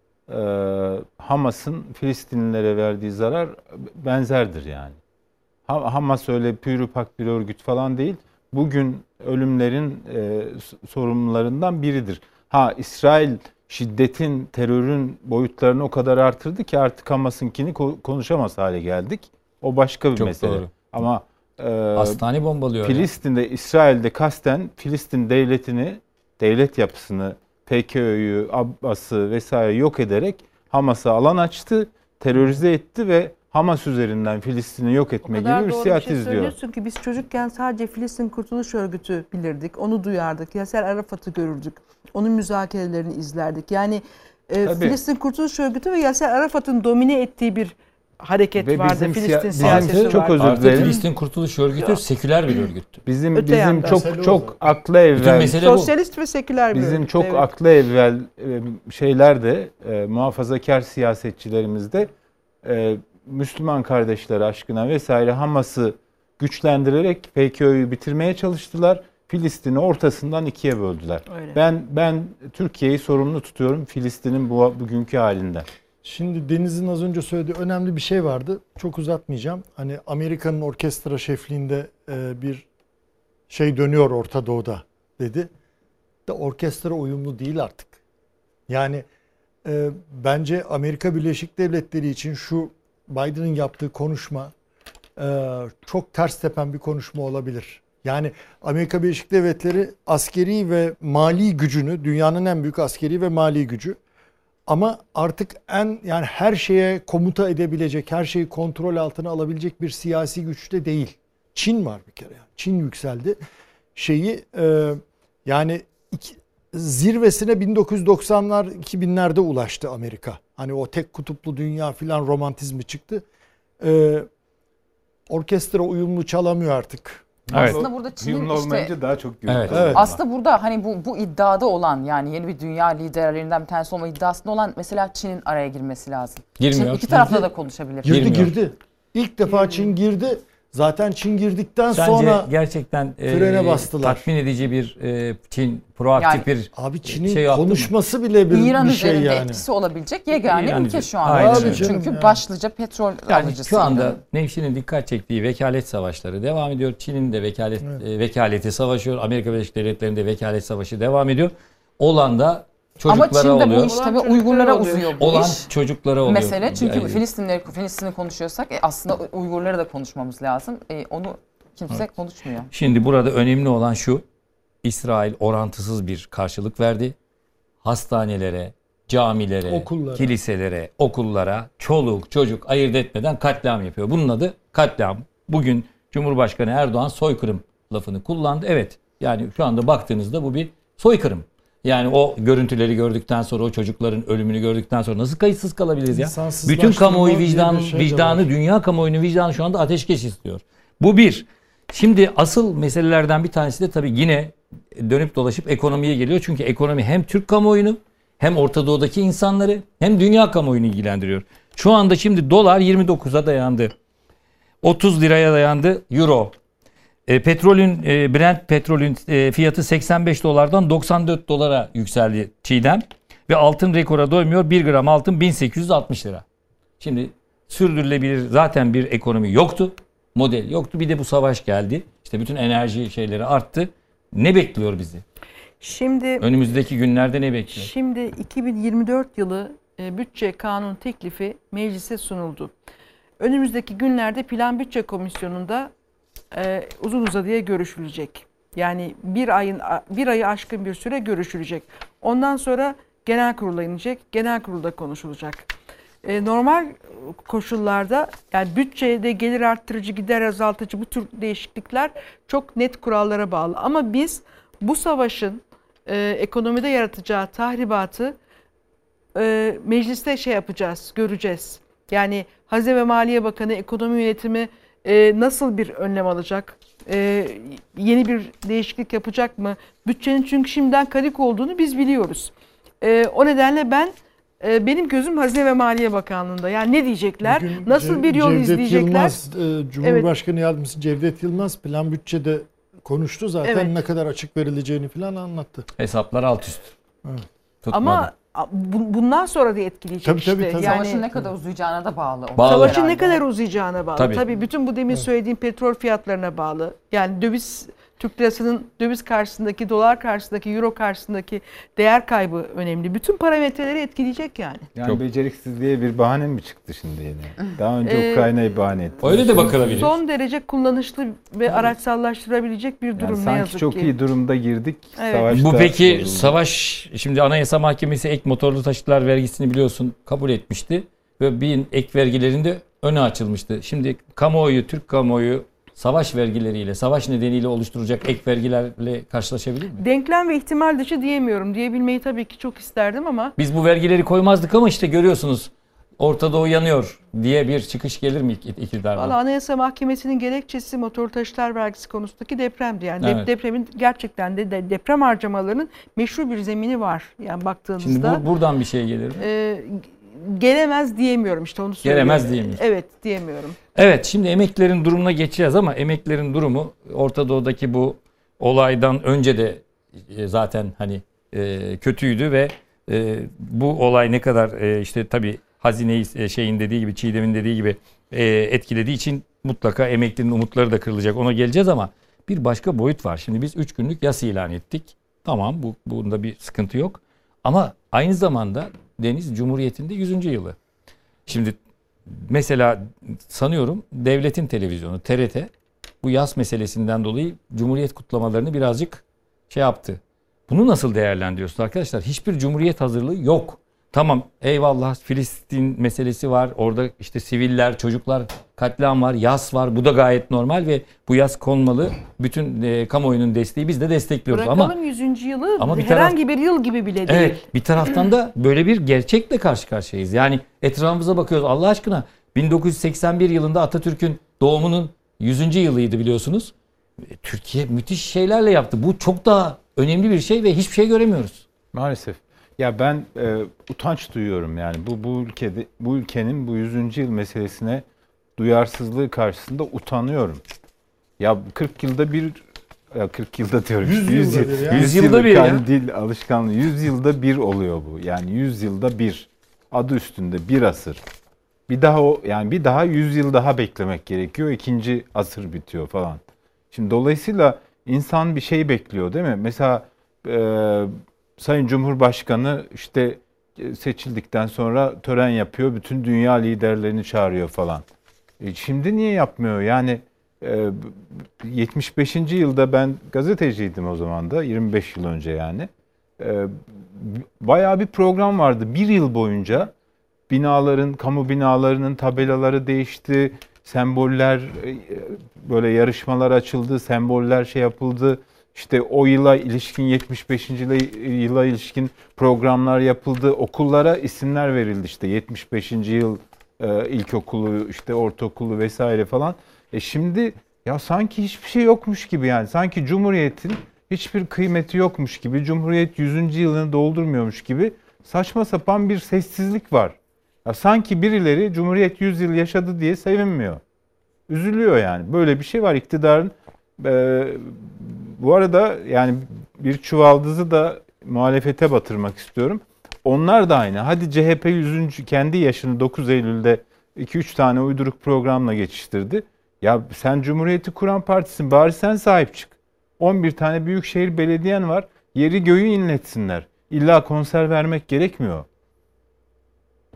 Hamas'ın Filistinlilere verdiği zarar benzerdir yani. Hamas öyle pürüpak bir örgüt falan değil. Bugün ölümlerin sorumlularından biridir. İsrail şiddetin, terörün boyutlarını o kadar artırdı ki artık Hamas'ınkini konuşamaz hale geldik. O başka bir Çok mesele. doğru. Ama Hastane bombalıyor. Filistin'de, İsrail'de kasten Filistin devletini, devlet yapısını, PKK'yu, Abbas'ı vesaire yok ederek Hamas'a alan açtı, terörize etti ve Hamas üzerinden Filistin'i yok etme gibi bir siyaset izliyor. Söylüyorsun ki biz çocukken sadece Filistin Kurtuluş Örgütü bilirdik, onu duyardık. Yasser Arafat'ı görürdük, onun müzakerelerini izlerdik. Yani Filistin Kurtuluş Örgütü ve Yasser Arafat'ın domine ettiği bir hareket Ve vardı. bizim Filistin bizim siyaseti çok vardı. özür Artık dilerim. Filistin Kurtuluş Örgütü seküler bir örgüttü. Bizim yandan. çok akla evvel mesele bu. Sosyalist ve seküler bir bizim örgüt, çok evet. akla evvel şeyler de muhafazakar siyasetçilerimiz de Müslüman kardeşler aşkına vesaire Hamas'ı güçlendirerek PKK'yu bitirmeye çalıştılar. Filistin'i ortasından ikiye böldüler. Öyle. Ben Türkiye'yi sorumlu tutuyorum Filistin'in bugünkü halinden. Şimdi Deniz'in az önce söylediği önemli bir şey vardı. Çok uzatmayacağım. Hani Amerika'nın orkestra şefliğinde bir şey dönüyor Orta Doğu'da dedi. De orkestra uyumlu değil artık. Yani bence Amerika Birleşik Devletleri için şu Biden'ın yaptığı konuşma çok ters tepen bir konuşma olabilir. Yani Amerika Birleşik Devletleri askeri ve mali gücünü, dünyanın en büyük askeri ve mali gücü, ama artık yani her şeye komuta edebilecek, her şeyi kontrol altına alabilecek bir siyasi güçte değil. Çin var bir kere. Yani. Çin yükseldi. Yani zirvesine 1990'lar 2000'lerde ulaştı Amerika. Hani o tek kutuplu dünya filan romantizmi çıktı. Orkestra uyumlu çalamıyor artık. Evet. Aslında burada Çin'in Uyumlu işte olmayınca daha çok gürültü. Evet. aslında burada hani bu iddiada olan yani yeni bir dünya liderlerinden bir tanesi olma iddiasında olan mesela Çin'in araya girmesi lazım. Girmiyor. Çin iki tarafta da konuşabilir. Girdi. İlk defa Çin girdi. Zaten Çin girdikten Bence sonra gerçekten frene bastılar. tatmin edici bir Çin proaktif Yani, bir abi Çin'in şey yaptı mı? konuşması bile İran bir şey üzerinde yani. etkisi olabilecek yegane İran ülke üzerinde. şu anda. Aynen öyle. Çünkü Canım ya. başlıca petrol Yani alıcısı. şu anda İran. Nevşin'in dikkat çektiği vekalet savaşları devam ediyor. Çin'in de vekaleti savaşıyor. Amerika Birleşik Devletleri'nde vekalet savaşı devam ediyor. Olan da Ama çocuklara Çin'de oluyor. bu iş tabii Olan Uygurlara çocuklara oluyor. uzuyor bu Olan iş. çocuklara oluyor. Mesele çünkü Yani Filistin'i konuşuyorsak aslında Uygurları da konuşmamız lazım. Onu kimse konuşmuyor. Şimdi burada önemli olan şu. İsrail orantısız bir karşılık verdi. Hastanelere, camilere, Okullara. kiliselere, okullara, çoluk, çocuk ayırt etmeden katliam yapıyor. Bunun adı katliam. Bugün Cumhurbaşkanı Erdoğan soykırım lafını kullandı. Evet, yani şu anda baktığınızda bu bir soykırım. Yani o görüntüleri gördükten sonra, o çocukların ölümünü gördükten sonra nasıl kayıtsız kalabiliriz ya? İnsansızlaştırma Bütün kamuoyu diye bir vicdanı, şey de vicdanı, var. dünya kamuoyunun vicdanı şu anda ateşkes istiyor. Bu bir. Şimdi asıl meselelerden bir tanesi de tabii yine dönüp dolaşıp ekonomiye geliyor. Çünkü ekonomi hem Türk kamuoyunu, hem Orta Doğu'daki insanları, hem dünya kamuoyunu ilgilendiriyor. Şu anda şimdi dolar 29'a dayandı. 30 liraya dayandı euro. Brent petrolün fiyatı 85 dolardan 94 dolara yükseldi Çiğdem. Ve altın rekora doymuyor. 1 gram altın 1860 lira. Şimdi sürdürülebilir zaten bir ekonomi yoktu. Model yoktu. Bir de bu savaş geldi. İşte bütün enerji şeyleri arttı. Ne bekliyor bizi? Şimdi Önümüzdeki günlerde ne bekliyor? Şimdi 2024 yılı bütçe kanun teklifi meclise sunuldu. Önümüzdeki günlerde Plan Bütçe Komisyonu'nda uzun uzadıya görüşülecek. Yani bir ayı aşkın bir süre görüşülecek. Ondan sonra genel kurula inecek. Genel kurulda konuşulacak. normal koşullarda yani bütçede gelir arttırıcı, gider azaltıcı bu tür değişiklikler çok net kurallara bağlı. Ama biz bu savaşın ekonomide yaratacağı tahribatı mecliste yapacağız, göreceğiz. Yani Hazine ve Maliye Bakanı, ekonomi yönetimi nasıl bir önlem alacak? Yeni bir değişiklik yapacak mı? Bütçenin çünkü şimdiden kalık olduğunu biz biliyoruz. O nedenle benim gözüm Hazine ve Maliye Bakanlığı'nda. Yani ne diyecekler? Bugün Nasıl bir yol Cevdet izleyecekler? Yılmaz, Cumhurbaşkanı Yardımcısı Cevdet Yılmaz plan bütçede konuştu zaten, Evet. ne kadar açık verileceğini falan anlattı. Hesaplar alt üst. Evet. Tutmadı. Ama bundan sonra da etkileyecek Tabii, işte. tabii. Yani Savaşın ne kadar uzayacağına da bağlı. savaşın herhalde. ne kadar uzayacağına bağlı. Tabii. Tabii bütün bu demin söylediğim petrol fiyatlarına bağlı. Yani Türk lirasının döviz karşısındaki, dolar karşısındaki, euro karşısındaki değer kaybı önemli. Bütün parametreleri etkileyecek yani. Yani Çok. beceriksizliğe bir bahane mi çıktı şimdi yine? Daha önce Ukrayna'yı bahane etti. Öyle de bakılabilir. Son derece kullanışlı ve araçsallaştırabilecek bir durum Yani ne sanki yazık çok ki. iyi durumda girdik. Evet. Savaşta Bu peki bozuldu. savaş, şimdi Anayasa Mahkemesi ek motorlu taşıtlar vergisini biliyorsun kabul etmişti ve bir ek vergilerinde önü açılmıştı. Şimdi kamuoyu, Türk kamuoyu savaş vergileriyle, savaş nedeniyle oluşturacak ek vergilerle karşılaşabilir mi? Denklem ve ihtimal dışı diyemiyorum. Diyebilmeyi tabii ki çok isterdim ama Biz bu vergileri koymazdık ama işte görüyorsunuz Orta Doğu yanıyor diye bir çıkış gelir mi iktidardan? Valla Anayasa Mahkemesi'nin gerekçesi motor taşıtlar vergisi konusundaki depremdi. Yani Evet. depremin gerçekten de deprem harcamalarının meşru bir zemini var. Yani baktığınızda. Şimdi buradan bir şey gelir mi? Gelemez diyemiyorum, işte onu söylüyorum. Gelemez diyemiyorsun. Evet, diyemiyorum. Evet, şimdi emeklilerin durumuna geçeceğiz ama emeklilerin durumu Orta Doğu'daki bu olaydan önce de zaten hani kötüydü ve bu olay ne kadar işte tabii hazineyi şeyin dediği gibi, Çiğdem'in dediği gibi etkilediği için mutlaka emeklinin umutları da kırılacak. Ona geleceğiz ama bir başka boyut var. Şimdi biz 3 günlük yas ilan ettik. Tamam, bunda bir sıkıntı yok. Ama aynı zamanda Deniz Cumhuriyeti'nde 100. yılı. Şimdi mesela sanıyorum devletin televizyonu TRT bu yas meselesinden dolayı Cumhuriyet kutlamalarını birazcık şey yaptı. Bunu nasıl değerlendiriyorsunuz arkadaşlar? Hiçbir Cumhuriyet hazırlığı yok. Tamam, eyvallah, Filistin meselesi var. Orada işte siviller, çocuklar, katliam var, yas var. Bu da gayet normal ve bu yas konmalı. Bütün kamuoyunun desteği, biz de destekliyoruz. Bırakalım Ama 100. yılı ama bir herhangi bir yıl gibi bile değil. evet, bir taraftan da böyle bir gerçekle karşı karşıyayız. Yani etrafımıza bakıyoruz. Allah aşkına 1981 yılında Atatürk'ün doğumunun 100. yılıydı biliyorsunuz. Türkiye müthiş şeylerle yaptı. Bu çok daha önemli bir şey ve hiçbir şey göremiyoruz. Maalesef. Ya ben utanç duyuyorum yani bu ülkenin bu 100. yıl meselesine duyarsızlığı karşısında utanıyorum. Ya 40 yılda bir, ya 40 yılda diyorum. 100 yılda bir ya. 100 yılda bir ya. Yani dil alışkanlığı. 100 yılda bir oluyor bu. Yani 100 yılda bir. Adı üstünde bir asır. Bir daha 100 yıl daha beklemek gerekiyor. İkinci asır bitiyor falan. Şimdi dolayısıyla insan bir şey bekliyor değil mi? Mesela Sayın Cumhurbaşkanı işte seçildikten sonra tören yapıyor. Bütün dünya liderlerini çağırıyor falan. Şimdi niye yapmıyor? Yani 75. yılda ben gazeteciydim o zaman da. 25 yıl önce yani. Bayağı bir program vardı. Bir yıl boyunca kamu binalarının tabelaları değişti. Semboller, böyle yarışmalar açıldı. Semboller şey yapıldı. İşte o yıla ilişkin 75. yıla ilişkin programlar yapıldı. Okullara isimler verildi işte 75. yıl ilkokulu, işte ortaokulu vesaire falan. Şimdi ya sanki hiçbir şey yokmuş gibi yani. Sanki Cumhuriyet'in hiçbir kıymeti yokmuş gibi. Cumhuriyet 100. yılını doldurmuyormuş gibi saçma sapan bir sessizlik var. Ya sanki birileri Cumhuriyet 100 yıl yaşadı diye sevinmiyor. Üzülüyor yani. Böyle bir şey var iktidarın. Bu arada yani bir çuvaldızı da muhalefete batırmak istiyorum. Onlar da aynı. Hadi CHP 100. kendi yaşını 9 Eylül'de 2-3 tane uyduruk programla geçiştirdi. Ya sen Cumhuriyeti kuran partisin, bari sen sahip çık. 11 tane büyükşehir belediyen var. Yeri göğü inletsinler. İlla konser vermek gerekmiyor.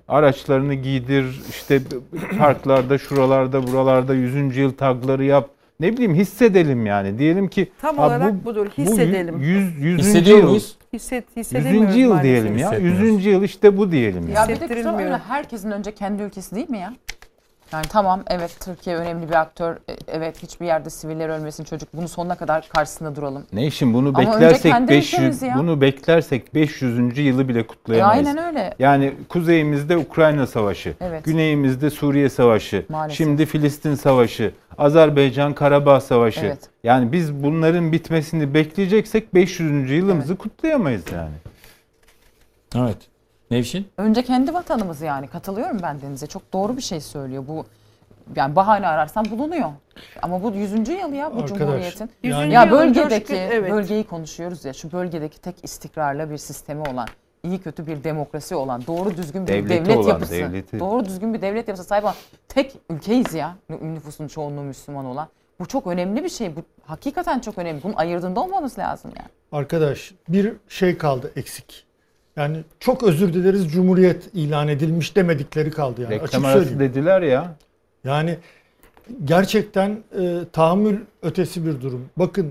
Araçlarını giydir, işte parklarda, şuralarda, buralarda 100. yıl tagları yap. ne bileyim hissedelim yani. Diyelim ki Tam ha, olarak budur. Hissedelim. 100. Hissediyor yıl. muyuz? Hissedemiyoruz 100. yıl maalesef. diyelim ya. Hissetmiyoruz. 100. yıl işte bu diyelim. Ya bir de Hissettirilmiyor. kusura bakma, herkesin önce kendi ülkesi değil mi ya? Yani tamam, evet Türkiye önemli bir aktör. Evet, hiçbir yerde siviller ölmesin, çocuk, bunu sonuna kadar karşısında duralım. Ne işin bunu Ama önce beklersek kendi 500 ülkemiz ya. bunu beklersek 500. yılı bile kutlayamayız. Aynen öyle. Yani kuzeyimizde Ukrayna Savaşı, Evet. güneyimizde Suriye Savaşı, Maalesef. şimdi Filistin Savaşı, Azerbaycan Karabağ Savaşı. Evet. Yani biz bunların bitmesini bekleyeceksek 500. yılımızı kutlayamayız yani. Evet. Nevşin? Önce kendi vatanımız yani. Katılıyorum ben Deniz'e. Çok doğru bir şey söylüyor. Bu yani bahane ararsan bulunuyor. Ama bu 100. yıl ya bu Arkadaş, Cumhuriyet'in. yani- Ya yılın bölgedeki, coşku- evet. bölgeyi konuşuyoruz ya. Şu bölgedeki tek istikrarlı bir sistemi olan, iyi kötü bir demokrasi olan, doğru düzgün bir Devleti devlet olan, yapısı. devleti. Doğru düzgün bir devlet yapısı sahip olan tek ülkeyiz ya. Nüfusun çoğunluğu Müslüman olan. Bu çok önemli bir şey. Bu hakikaten çok önemli. Bunun ayırdığında olmamız lazım yani. Arkadaş bir şey kaldı eksik. Yani çok özür dileriz Cumhuriyet ilan edilmiş demedikleri kaldı yani. Reklam Açık arası söyleyeyim. dediler ya. Yani gerçekten tahammül ötesi bir durum. Bakın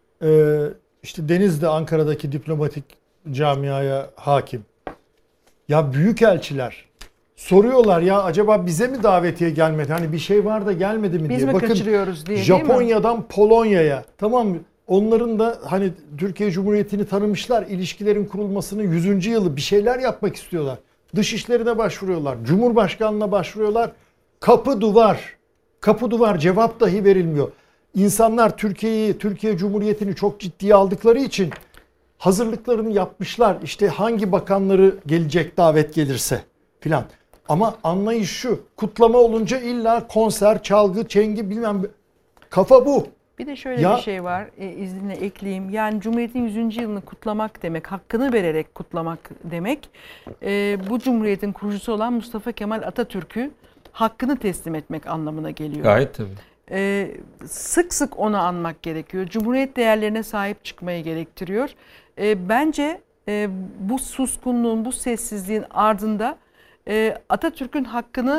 işte Deniz de Ankara'daki diplomatik camiaya hakim. Ya büyükelçiler soruyorlar ya acaba bize mi davetiye gelmedi? Hani bir şey var da gelmedi mi Biz diye. mi Bakın kaçırıyoruz diye, değil mi? Japonya'dan Polonya'ya, tamam mı? Onların da hani Türkiye Cumhuriyeti'ni tanımışlar. İlişkilerin kurulmasının 100. yılı bir şeyler yapmak istiyorlar. Dışişlerine başvuruyorlar. Cumhurbaşkanlığına başvuruyorlar. Kapı duvar. Kapı duvar, cevap dahi verilmiyor. İnsanlar Türkiye Cumhuriyeti'ni çok ciddiye aldıkları için hazırlıklarını yapmışlar. İşte hangi bakanları gelecek davet gelirse filan. Ama anlayış şu. Kutlama olunca illa konser, çalgı, çengi bilmem. Kafa bu. Bir de şöyle Ya- bir şey var, izninle ekleyeyim. Yani Cumhuriyet'in 100. yılını kutlamak demek, hakkını vererek kutlamak demek, bu Cumhuriyet'in kurucusu olan Mustafa Kemal Atatürk'ü hakkını teslim etmek anlamına geliyor. Gayet tabii. Sık sık onu anmak gerekiyor. Cumhuriyet değerlerine sahip çıkmayı gerektiriyor. Bence bu suskunluğun, bu sessizliğin ardında Atatürk'ün hakkını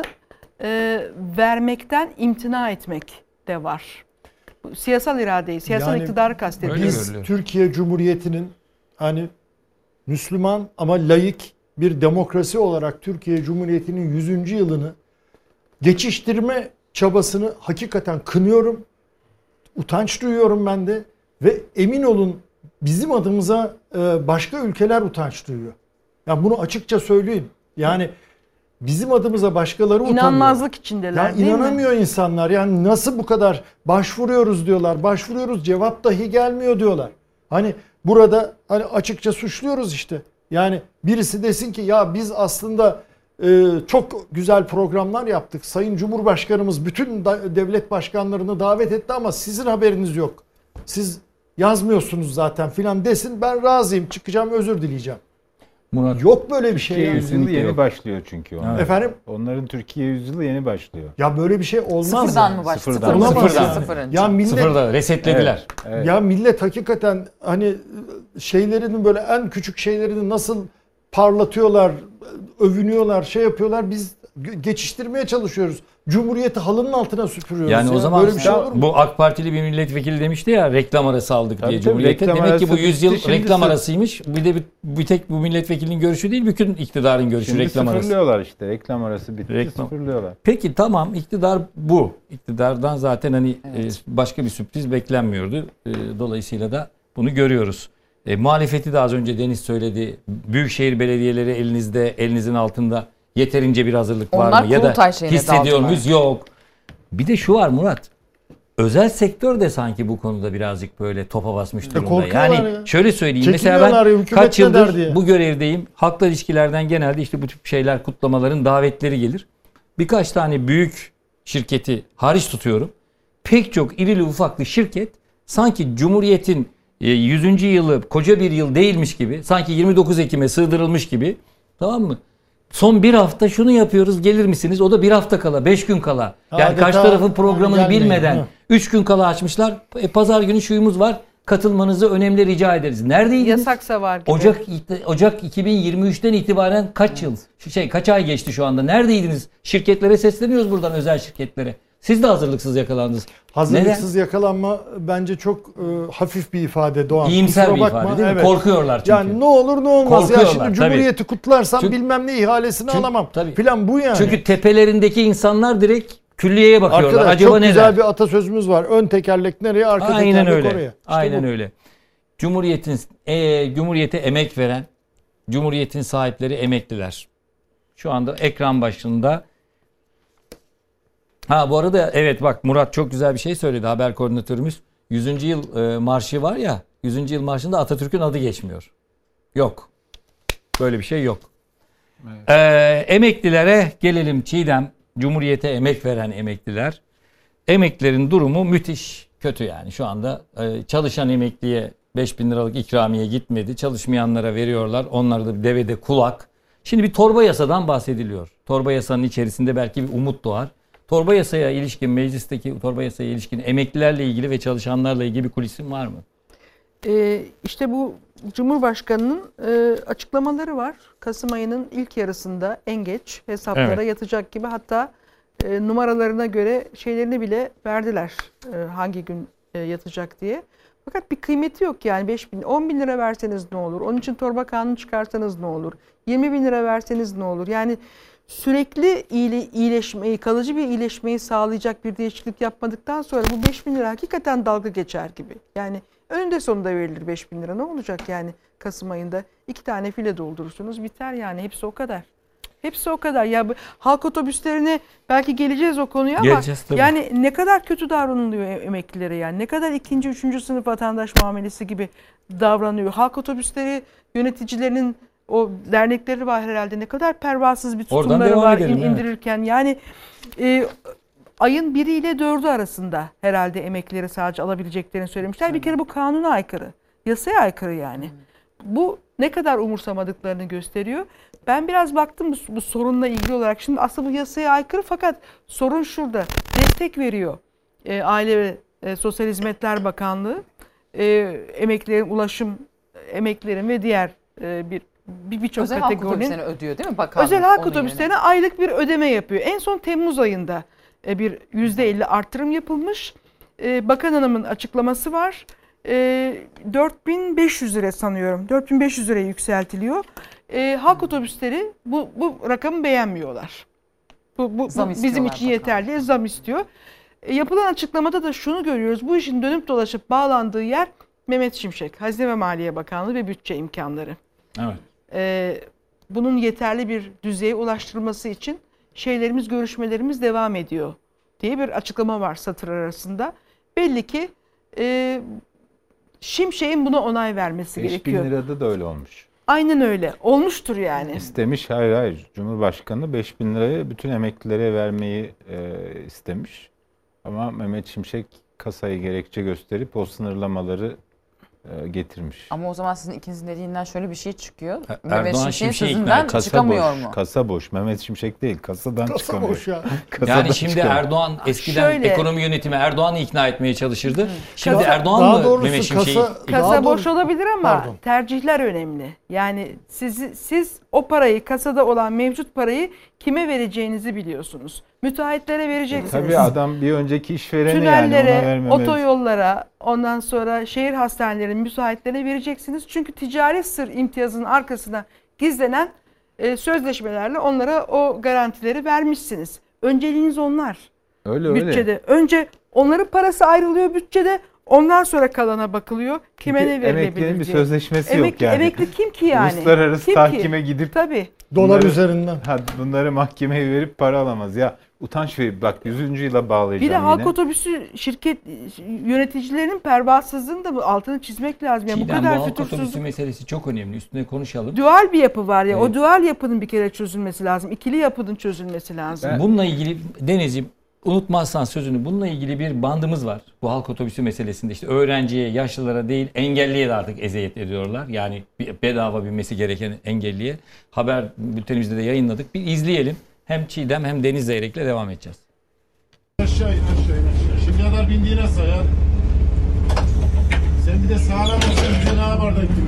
vermekten imtina etmek de var. Siyasal iradeyi, siyasal Yani iktidarı kastediyor. Öyle Biz görülüyor. Türkiye Cumhuriyeti'nin hani Müslüman ama laik bir demokrasi olarak Türkiye Cumhuriyeti'nin 100. yılını geçiştirme çabasını hakikaten kınıyorum. Utanç duyuyorum ben de ve emin olun bizim adımıza başka ülkeler utanç duyuyor. Yani bunu açıkça söyleyeyim. Yani bizim adımıza başkaları utanıyor. İnanmazlık içindeler, Ya değil mi? inanamıyor insanlar. Yani nasıl bu kadar başvuruyoruz diyorlar. Başvuruyoruz, cevap dahi gelmiyor diyorlar. Hani burada hani açıkça suçluyoruz işte. Yani birisi desin ki ya biz aslında çok güzel programlar yaptık. Sayın Cumhurbaşkanımız bütün devlet başkanlarını davet etti ama sizin haberiniz yok. Siz yazmıyorsunuz zaten filan desin. Ben razıyım, çıkacağım, özür dileyeceğim. Murat, Yok böyle bir şey. Türkiye Yani. yüzyılı Kesinlikle yeni yok. başlıyor çünkü onlar. Evet. Efendim? Onların Türkiye yüzyılı yeni başlıyor. Ya böyle bir şey olmaz. Sıfırdan yani. mı başladı? Sıfırdan. Olamaz Sıfırdan. yani. Sıfırıncı. Ya millet sıfırda resetlediler. Evet. Ya millet hakikaten hani şeylerini böyle en küçük şeylerini nasıl parlatıyorlar, övünüyorlar, şey yapıyorlar. Biz geçiştirmeye çalışıyoruz. Cumhuriyeti halının altına süpürüyoruz. Yani ya. o zaman böyle bir şey olur mu? bu AK Partili bir milletvekili demişti ya reklam arası aldık Tabii diye tabii, Cumhuriyet'e. reklam Demek ki bu arası 100 yıl bitti, şimdi reklam sıfır. arasıymış. Bir de bir tek bu milletvekilinin görüşü değil, bütün iktidarın görüşü Şimdi reklam arası. sıfırlıyorlar işte. Reklam arası bitti, Reklam. sıfırlıyorlar. Peki tamam, iktidar bu. İktidardan zaten hani başka bir sürpriz beklenmiyordu. Dolayısıyla da bunu görüyoruz. Muhalefeti de az önce Deniz söyledi. Büyükşehir belediyeleri elinizde, elinizin altında. Yeterince bir hazırlık var Onlar mı? Ya da kurultay şeyine hissediyor daldılar. muyuz? Yok. Bir de şu var Murat. Özel sektör de sanki bu konuda birazcık böyle topa basmış durumda. korkuyorlar Yani ya. şöyle söyleyeyim. Mesela Çekiniyorlar ya, ben hükümet kaç ne der yıldır diye. bu görevdeyim. Halkla ilişkilerden genelde işte bu tip şeyler, kutlamaların davetleri gelir. Birkaç tane büyük şirketi hariç tutuyorum. Pek çok irili ufaklı şirket sanki Cumhuriyet'in 100. yılı koca bir yıl değilmiş gibi, sanki 29 Ekim'e sığdırılmış gibi, tamam mı? Son bir hafta şunu yapıyoruz, gelir misiniz? O da bir hafta kala, 5 gün kala. Yani Adeta karşı tarafın programını gelmeyin, bilmeden ha. 3 gün kala açmışlar. Pazar günü şuyumuz var, katılmanızı önemli rica ederiz. Neredeydiniz? Yasaksa var gibi. Ocak 2023'ten itibaren kaç yıl, kaç ay geçti şu anda? Neredeydiniz? Şirketlere sesleniyoruz buradan, özel şirketlere. Siz de hazırlıksız yakalandınız. Hazırlıksız yakalanma bence çok hafif bir ifade Doğan. İyimser Kusura bir bakma. ifade değil mi? Evet. Korkuyorlar çünkü. Yani ne olur ne olmaz ya, Korkuyorlar, şimdi Cumhuriyeti kutlarsam Çünkü- bilmem ne ihalesini alamam tabii. filan, bu yani. Çünkü tepelerindeki insanlar direkt külliyeye bakıyorlar. Arkadaş, Acaba çok neler? güzel bir atasözümüz var. Ön tekerlek nereye, arka Aynen tekerlek öyle. oraya. İşte Aynen bu. öyle. Cumhuriyete emek veren, Cumhuriyetin sahipleri emekliler. Şu anda ekran başında. Bu arada evet bak, Murat çok güzel bir şey söyledi, haber koordinatörümüz. 100. yıl marşı var ya, 100. yıl marşında Atatürk'ün adı geçmiyor. Yok. Böyle bir şey yok. Evet. Emeklilere gelelim Çiğdem. Cumhuriyete emek veren emekliler. Emeklilerin durumu müthiş kötü yani. Şu anda çalışan emekliye 5.000 liralık ikramiye gitmedi. Çalışmayanlara veriyorlar. Onlar da devede kulak. Şimdi bir torba yasadan bahsediliyor. Torba yasanın içerisinde belki bir umut doğar. Torba yasaya ilişkin, meclisteki torba yasaya ilişkin emeklilerle ilgili ve çalışanlarla ilgili bir kulisin var mı? İşte bu Cumhurbaşkanı'nın açıklamaları var. Kasım ayının ilk yarısında en geç hesaplara yatacak gibi, hatta numaralarına göre şeylerini bile verdiler hangi gün yatacak diye. Fakat bir kıymeti yok yani. 5.000, 10.000 lira verseniz ne olur? Onun için torba kanunu çıkarsanız ne olur? 20.000 lira verseniz ne olur? Yani sürekli iyileşmeyi, kalıcı bir iyileşmeyi sağlayacak bir değişiklik yapmadıktan sonra bu 5.000 lira hakikaten dalga geçer gibi. Yani önünde sonunda verilir 5.000 lira, ne olacak yani Kasım ayında? 2 tane file doldurursunuz biter yani, hepsi o kadar. Hepsi o kadar. Ya halk otobüslerine belki geleceğiz o konuya ama yani ne kadar kötü davranılıyor emeklilere yani. Ne kadar 2. 3. sınıf vatandaş muamelesi gibi davranıyor. Halk otobüsleri yöneticilerinin, o dernekleri var herhalde, ne kadar pervasız bir tutumları var indirirken. Evet. Yani ayın 1'i ile 4'ü arasında herhalde emeklileri sadece alabileceklerini söylemişler. Bir kere bu kanuna aykırı. Yasaya aykırı yani. Bu ne kadar umursamadıklarını gösteriyor. Ben biraz baktım bu sorunla ilgili olarak. Şimdi aslında bu yasaya aykırı, fakat sorun şurada. Destek veriyor Aile ve Sosyal Hizmetler Bakanlığı. Emeklilerin ulaşım, emeklilerin ve diğer birçok kategorinin. Özel halk otobüslerine ödüyor değil mi bakanlık? Özel halk otobüslerine aylık bir ödeme yapıyor. En son Temmuz ayında bir %50 artırım yapılmış. Bakan Hanım'ın açıklaması var. 4.500 lira sanıyorum. 4.500 liraya yükseltiliyor. Halk otobüsleri bu rakamı beğenmiyorlar. Bu bizim için yeterli diye zam istiyor. Yapılan açıklamada da şunu görüyoruz. Bu işin dönüp dolaşıp bağlandığı yer Mehmet Şimşek, Hazine ve Maliye Bakanlığı ve bütçe imkanları. Evet. Bunun yeterli bir düzeye ulaştırılması için görüşmelerimiz devam ediyor diye bir açıklama var satır arasında. Belli ki Şimşek'in buna onay vermesi gerekiyor. 5.000 lirada da öyle olmuş. Aynen öyle. Olmuştur yani. İstemiş. Hayır. Cumhurbaşkanı 5.000 lirayı bütün emeklilere vermeyi istemiş. Ama Mehmet Şimşek kasayı gerekçe gösterip o sınırlamaları getirmiş. Ama o zaman sizin ikinizin dediğinden şöyle bir şey çıkıyor. Mehmet Şimşek'in sözünden çıkamıyor mu? Kasa boş. Mehmet Şimşek değil. Kasadan çıkamıyor. Boş ya. Yani şimdi Erdoğan eskiden ekonomi yönetimi Erdoğan'ı ikna etmeye çalışırdı. Şimdi Erdoğan mı Mehmet Şimşek'i? Kasa boş olabilir ama tercihler önemli. Yani siz o parayı, kasada olan mevcut parayı kime vereceğinizi biliyorsunuz. Müteahhitlere vereceksiniz. Tabii adam bir önceki işvereni tünellere, yani ona vermemeli. Otoyollara, ondan sonra şehir hastanelerinin müteahhitlere vereceksiniz. Çünkü ticari sır imtiyazının arkasına gizlenen sözleşmelerle onlara o garantileri vermişsiniz. Önceliğiniz onlar. Öyle bütçede. Önce onların parası ayrılıyor bütçede. Ondan sonra kalana bakılıyor. Kime ne verilebilir diye. Emeklinin bir sözleşmesi yok yani. Emekli kim ki yani? Uluslararası tahkime gidip tabii. Dolar üzerinden. Bunları mahkemeye verip para alamaz. Ya utanç verici. Bak 100. yıla bağlayacağım bir de halk otobüsü şirket yöneticilerinin pervasızlığını da altını çizmek lazım. Yani bu kadar halk otobüsü meselesi çok önemli. Üstüne konuşalım. Dual bir yapı var ya. Evet. O dual yapının bir kere çözülmesi lazım. İkili yapının çözülmesi lazım. Bununla ilgili Denizciğim, unutmazsan sözünü, bununla ilgili bir bandımız var. Bu halk otobüsü meselesinde işte öğrenciye, yaşlılara değil engelliye de artık eziyet ediyorlar. Yani bedava binmesi gereken engelliye. Haber bültenimizde de yayınladık. Bir izleyelim. Hem Çiğdem hem Deniz Zeyrek'le devam edeceğiz. Aşağı in. Şimdiye kadar bindiğine sayar. Sen bir de sağlam olsun, bize ne yapar da gittin.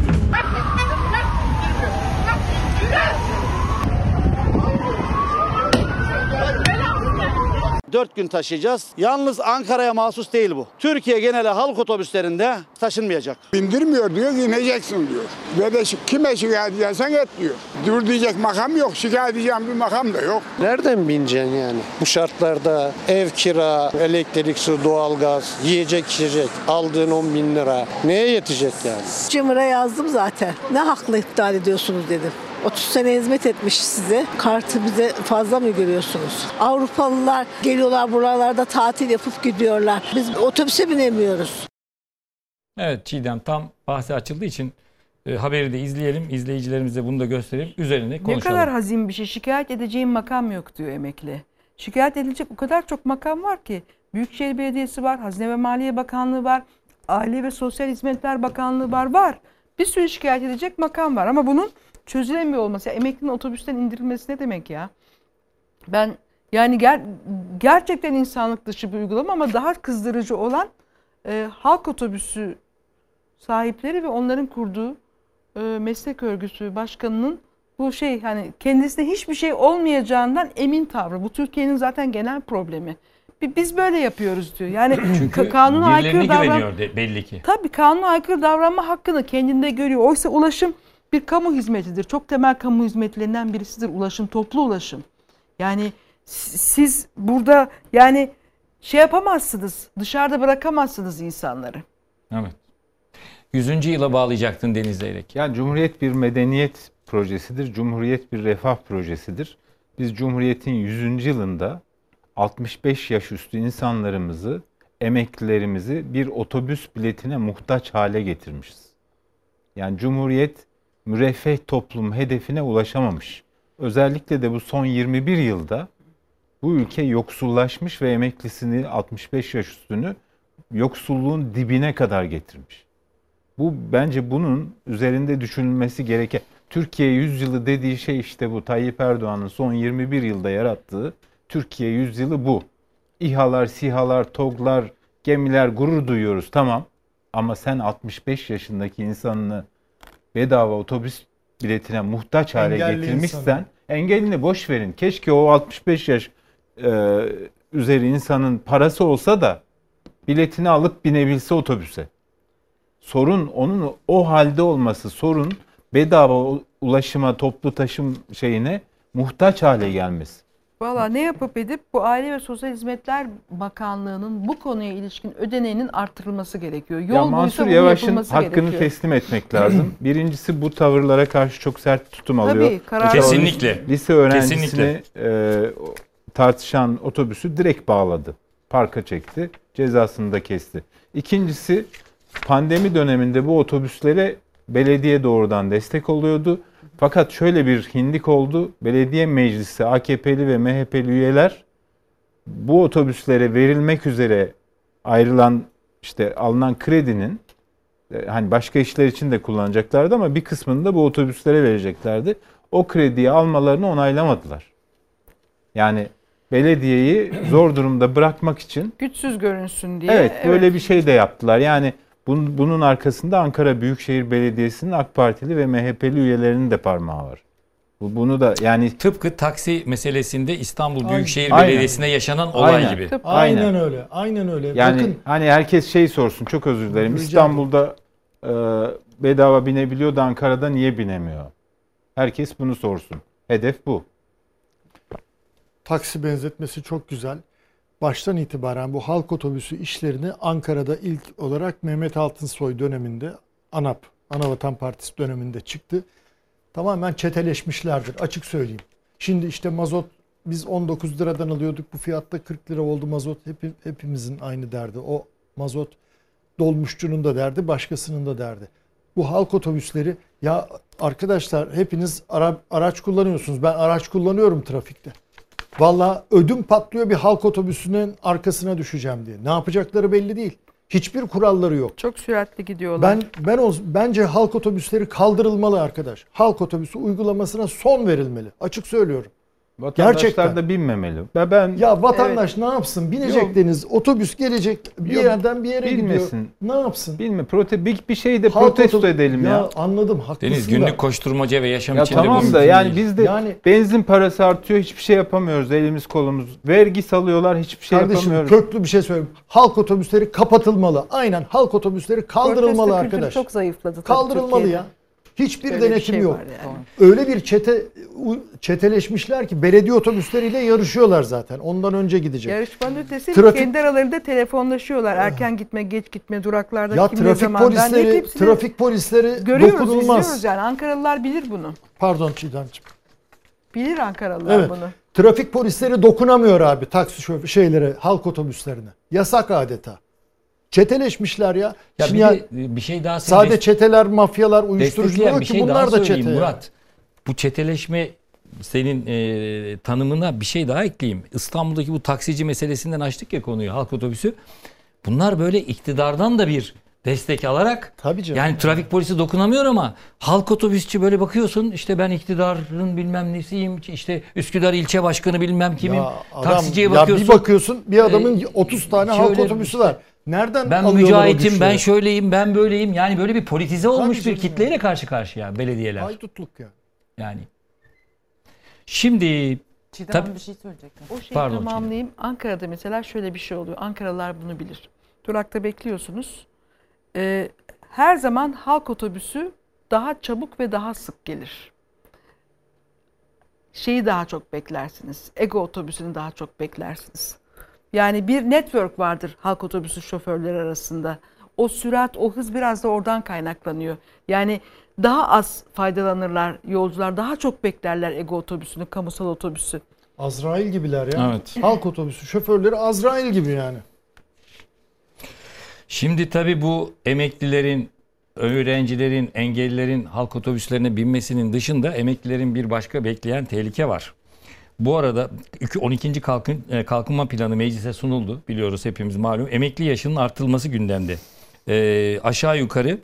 4 gün taşıyacağız. Yalnız Ankara'ya mahsus değil bu. Türkiye geneli halk otobüslerinde taşınmayacak. Bindirmiyor diyor, ineceksin diyor. Ve de kime şikayet edersen et diyor. Dur diyecek makam yok, şikayet edeceğim bir makam da yok. Nereden bineceksin yani? Bu şartlarda ev kira, elektrik, su, doğalgaz, yiyecek içecek aldığın 10.000 lira neye yetecek yani? Cemur'a yazdım zaten. Ne hakla iptal ediyorsunuz dedim. 30 sene hizmet etmiş size. Kartı bize fazla mı görüyorsunuz? Avrupalılar geliyorlar buralarda tatil yapıp gidiyorlar. Biz otobüse binemiyoruz. Evet Çiğdem, tam bahsi açıldığı için haberi de izleyelim. İzleyicilerimize bunu da gösterelim. Üzerine konuşalım. Ne kadar hazin bir şey. Şikayet edeceğim makam yok diyor emekli. Şikayet edilecek o kadar çok makam var ki. Büyükşehir Belediyesi var, Hazine ve Maliye Bakanlığı var, Aile ve Sosyal Hizmetler Bakanlığı var. Bir sürü şikayet edecek makam var ama bunun çözülemiyor olması. Ya, emeklinin otobüsten indirilmesi ne demek ya? Ben yani gerçekten insanlık dışı bir uygulama ama daha kızdırıcı olan halk otobüsü sahipleri ve onların kurduğu meslek örgütü başkanının bu hani kendisine hiçbir şey olmayacağından emin tavrı. Bu Türkiye'nin zaten genel problemi. Biz böyle yapıyoruz diyor. Yani çünkü kanuna aykırı güveniyor belli ki. Tabii kanuna aykırı davranma hakkını kendinde görüyor. Oysa ulaşım bir kamu hizmetidir. Çok temel kamu hizmetlerinden birisidir ulaşım, toplu ulaşım. Yani siz burada yani yapamazsınız, dışarıda bırakamazsınız insanları. Evet. 100. yıla bağlayacaktın Deniz Zeyrek. Yani Cumhuriyet bir medeniyet projesidir. Cumhuriyet bir refah projesidir. Biz Cumhuriyet'in 100. yılında 65 yaş üstü insanlarımızı, emeklilerimizi bir otobüs biletine muhtaç hale getirmişiz. Yani Cumhuriyet müreffeh toplum hedefine ulaşamamış. Özellikle de bu son 21 yılda bu ülke yoksullaşmış ve emeklisini 65 yaş üstünü yoksulluğun dibine kadar getirmiş. Bu bence bunun üzerinde düşünülmesi gereken. Türkiye 100 yılı dediği şey işte bu. Tayyip Erdoğan'ın son 21 yılda yarattığı Türkiye 100 yılı bu. İHA'lar, SİHA'lar, TOG'lar, gemiler, gurur duyuyoruz tamam. Ama sen 65 yaşındaki insanını bedava otobüs biletine muhtaç hale getirmişsen, engellini boş verin. Keşke o 65 yaş üzeri insanın parası olsa da biletini alıp binebilse otobüse. Sorun onun o halde olması, sorun bedava ulaşıma, toplu taşım muhtaç hale gelmesi. Valla ne yapıp edip bu Aile ve Sosyal Hizmetler Bakanlığı'nın bu konuya ilişkin ödeneğinin artırılması gerekiyor. Yol Mansur Yavaş'ın hakkını teslim etmek lazım. Birincisi bu tavırlara karşı çok sert tutum alıyor. Tabii, kesinlikle. Lise öğrencisini tartışan otobüsü direkt bağladı. Parka çekti. Cezasını da kesti. İkincisi pandemi döneminde bu otobüslere belediye doğrudan destek oluyordu. Fakat şöyle bir hindik oldu. Belediye meclisi, AKP'li ve MHP'li üyeler bu otobüslere verilmek üzere ayrılan alınan kredinin hani başka işler için de kullanacaklardı ama bir kısmını da bu otobüslere vereceklerdi. O krediyi almalarını onaylamadılar. Yani belediyeyi zor durumda bırakmak için güçsüz görünsün diye. Evet, böyle bir şey de yaptılar. Yani bunun arkasında Ankara Büyükşehir Belediyesi'nin AK Partili ve MHP'li üyelerinin de parmağı var. Bunu da yani tıpkı taksi meselesinde İstanbul Büyükşehir Belediyesi'nde yaşanan olay gibi. Aynen öyle. Aynen öyle. Yani bakın, hani herkes sorsun, çok özür dilerim. İstanbul'da bedava binebiliyor da Ankara'da niye binemiyor? Herkes bunu sorsun. Hedef bu. Taksi benzetmesi çok güzel. Baştan itibaren bu halk otobüsü işlerini Ankara'da ilk olarak Mehmet Altınsoy döneminde ANAP, Anavatan Partisi döneminde çıktı. Tamamen çeteleşmişlerdir, açık söyleyeyim. Şimdi mazot biz 19 liradan alıyorduk, bu fiyatta 40 lira oldu mazot. Hepimizin aynı derdi. O mazot dolmuşçunun da derdi, başkasının da derdi. Bu halk otobüsleri, ya arkadaşlar hepiniz araç kullanıyorsunuz. Ben araç kullanıyorum trafikte. Vallahi ödüm patlıyor bir halk otobüsünün arkasına düşeceğim diye. Ne yapacakları belli değil. Hiçbir kuralları yok. Çok süratli gidiyorlar. Bence halk otobüsleri kaldırılmalı arkadaş. Halk otobüsü uygulamasına son verilmeli. Açık söylüyorum. Vatandaşlar Gerçekten. da binmemeli. Ya vatandaş ne yapsın? Binecek deniz, otobüs gelecek bir Yok, yerden bir yere bilmesin. gidiyor. Ne yapsın? Bir şey de protesto edelim ya. Anladım, haklısın Deniz da. günlük koşturmaca ve yaşam Ya içinde tamam bu da mümkün yani değil. biz de benzin parası artıyor, hiçbir şey yapamıyoruz, elimiz kolumuz. Vergi salıyorlar, hiçbir şey Kardeşim, yapamıyoruz. köklü bir şey söyleyeyim. Halk otobüsleri kapatılmalı. Aynen, halk otobüsleri kaldırılmalı Protesto kültürü arkadaş. çok zayıfladı tabii Kaldırılmalı Türkiye'de. ya. Hiçbir Öyle bir denetim şey yok. var yani. Öyle bir çeteleşmişler ki belediye otobüsleriyle yarışıyorlar zaten. Ondan önce gidecek. Yarışmanın ötesi Trafik- kendi aralarında telefonlaşıyorlar. Erken gitme, geç gitme, duraklarda Ya kim ne trafik zaman. polisleri görüyoruz, dokunulmaz. izliyoruz yani. Ankaralılar bilir bunu. Pardon Çiğdemciğim. Bilir Ankaralılar Evet. bunu. Trafik polisleri dokunamıyor abi taksi şeylere, halk otobüslerine. Yasak adeta. Çeteleşmişler ya. Ya Şimdi bir şey daha sade çeteler, mafyalar, uyuşturucu destekleyen yok bir ki şey bunlar daha da söyleyeyim çete. ya. Murat. Bu çeteleşme senin tanımına bir şey daha ekleyeyim. İstanbul'daki bu taksici meselesinden açtık ya konuyu, halk otobüsü. Bunlar böyle iktidardan da bir destek alarak, tabii canım, yani trafik polisi dokunamıyor ama halk otobüsçü böyle bakıyorsun, işte ben iktidarın bilmem nesiyim, işte Üsküdar ilçe başkanı bilmem kimim. Ya adam, Taksiciye ya bakıyorsun. bir bakıyorsun bir adamın 30 tane halk şöyle otobüsü var. Nereden ben alıyorlar o mücahitim, güçleri? ben şöyleyim, ben böyleyim. Yani böyle bir politize olmuş Tabii bir canım kitleyle karşı karşıya belediyeler. Haydutluk ya. Yani. Şimdi Çiğdem Hanım bir şey söyleyecektim. O şeyi Pardon, tamamlayayım. Ankara'da mesela şöyle bir şey oluyor. Ankaralılar bunu bilir. Durakta bekliyorsunuz. Her zaman halk otobüsü daha çabuk ve daha sık gelir. Şeyi daha çok beklersiniz. Ego otobüsünü daha çok beklersiniz. Yani bir network vardır halk otobüsü şoförleri arasında. O sürat, o hız biraz da oradan kaynaklanıyor. Yani daha az faydalanırlar yolcular, daha çok beklerler Ego otobüsünü, kamusal otobüsü. Azrail gibiler ya. Evet. Halk otobüsü şoförleri Azrail gibi yani. Şimdi tabii bu emeklilerin, öğrencilerin, engellilerin halk otobüslerine binmesinin dışında emeklilerin bir başka bekleyen tehlike var. Bu arada 12. kalkınma planı meclise sunuldu. Biliyoruz hepimiz malum. Emekli yaşının artırılması gündemde. Aşağı yukarı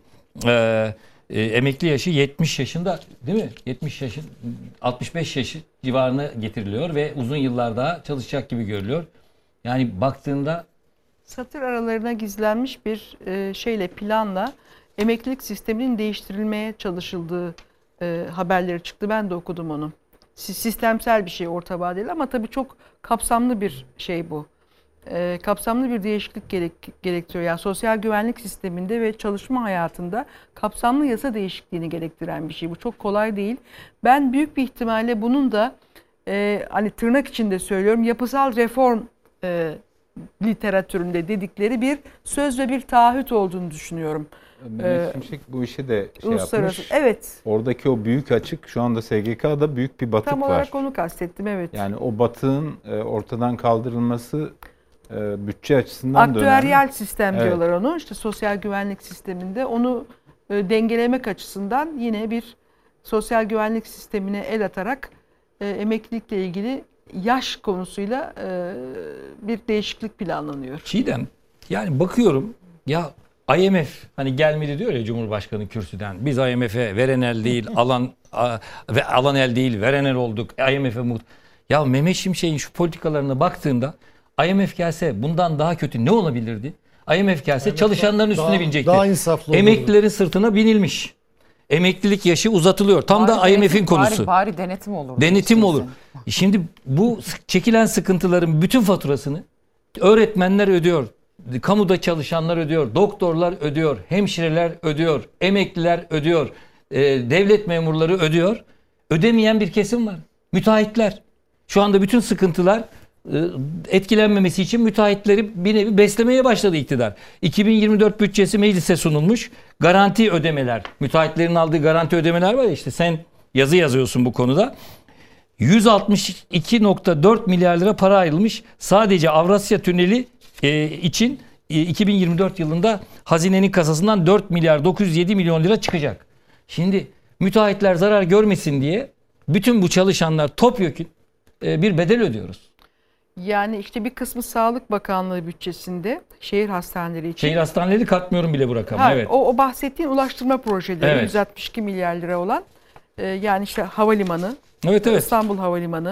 emekli yaşı 70 yaşında değil mi? 70 yaşın 65 yaşı civarına getiriliyor ve uzun yıllar daha çalışacak gibi görülüyor. Yani baktığında Satır aralarına gizlenmiş bir planla emeklilik sisteminin değiştirilmeye çalışıldığı haberleri çıktı. Ben de okudum onu. Sistemsel bir şey orta vadeli ama tabii çok kapsamlı bir şey bu. Kapsamlı bir değişiklik gerektiriyor. Yani sosyal güvenlik sisteminde ve çalışma hayatında kapsamlı yasa değişikliğini gerektiren bir şey. Bu çok kolay değil. Ben büyük bir ihtimalle bunun da hani tırnak içinde söylüyorum yapısal reform literatüründe dedikleri bir söz ve bir taahhüt olduğunu düşünüyorum. Mehmet Şimşek bu işe de uluslararası yapmış. Evet. Oradaki o büyük açık, şu anda SGK'da büyük bir batık var. Tam olarak onu kastettim, evet. Yani o batığın ortadan kaldırılması bütçe açısından da önemli. Aktüeryal sistem Evet. diyorlar onu. İşte sosyal güvenlik sisteminde onu dengelemek açısından yine bir sosyal güvenlik sistemine el atarak emeklilikle ilgili yaş konusuyla bir değişiklik planlanıyor. Çiğdem, yani bakıyorum ya, IMF hani gelmedi diyor ya Cumhurbaşkanı kürsüden. Biz IMF'e veren el değil, alan el değil, veren el olduk. IMF'e ya Mehmet Şimşek'in şu politikalarına baktığında IMF gelse bundan daha kötü ne olabilirdi? IMF gelse çalışanların üstüne binecekti. Daha insaflı Emeklilerin sırtına binilmiş. Emeklilik yaşı uzatılıyor. Tam da IMF'in konusu. Bari denetim olur. Denetim olur. Şimdi bu çekilen sıkıntıların bütün faturasını öğretmenler ödüyor. Kamuda çalışanlar ödüyor. Doktorlar ödüyor. Hemşireler ödüyor. Emekliler ödüyor. Devlet memurları ödüyor. Ödemeyen bir kesim var. Müteahhitler. Şu anda bütün sıkıntılar etkilenmemesi için müteahhitleri bir nevi beslemeye başladı iktidar. 2024 bütçesi meclise sunulmuş. Garanti ödemeler. Müteahhitlerin aldığı garanti ödemeler var ya, işte sen yazı yazıyorsun bu konuda. 162.4 milyar lira para ayrılmış. Sadece Avrasya Tüneli için 2024 yılında hazinenin kasasından 4 milyar 907 milyon lira çıkacak. Şimdi müteahhitler zarar görmesin diye bütün bu çalışanlar topyekün bir bedel ödüyoruz. Yani işte bir kısmı Sağlık Bakanlığı bütçesinde şehir hastaneleri için. Şehir hastaneleri katmıyorum bile bu rakamı. Evet. O bahsettiğin ulaştırma projeleri, Evet. 162 milyar lira olan yani işte havalimanı, Evet. İstanbul Havalimanı,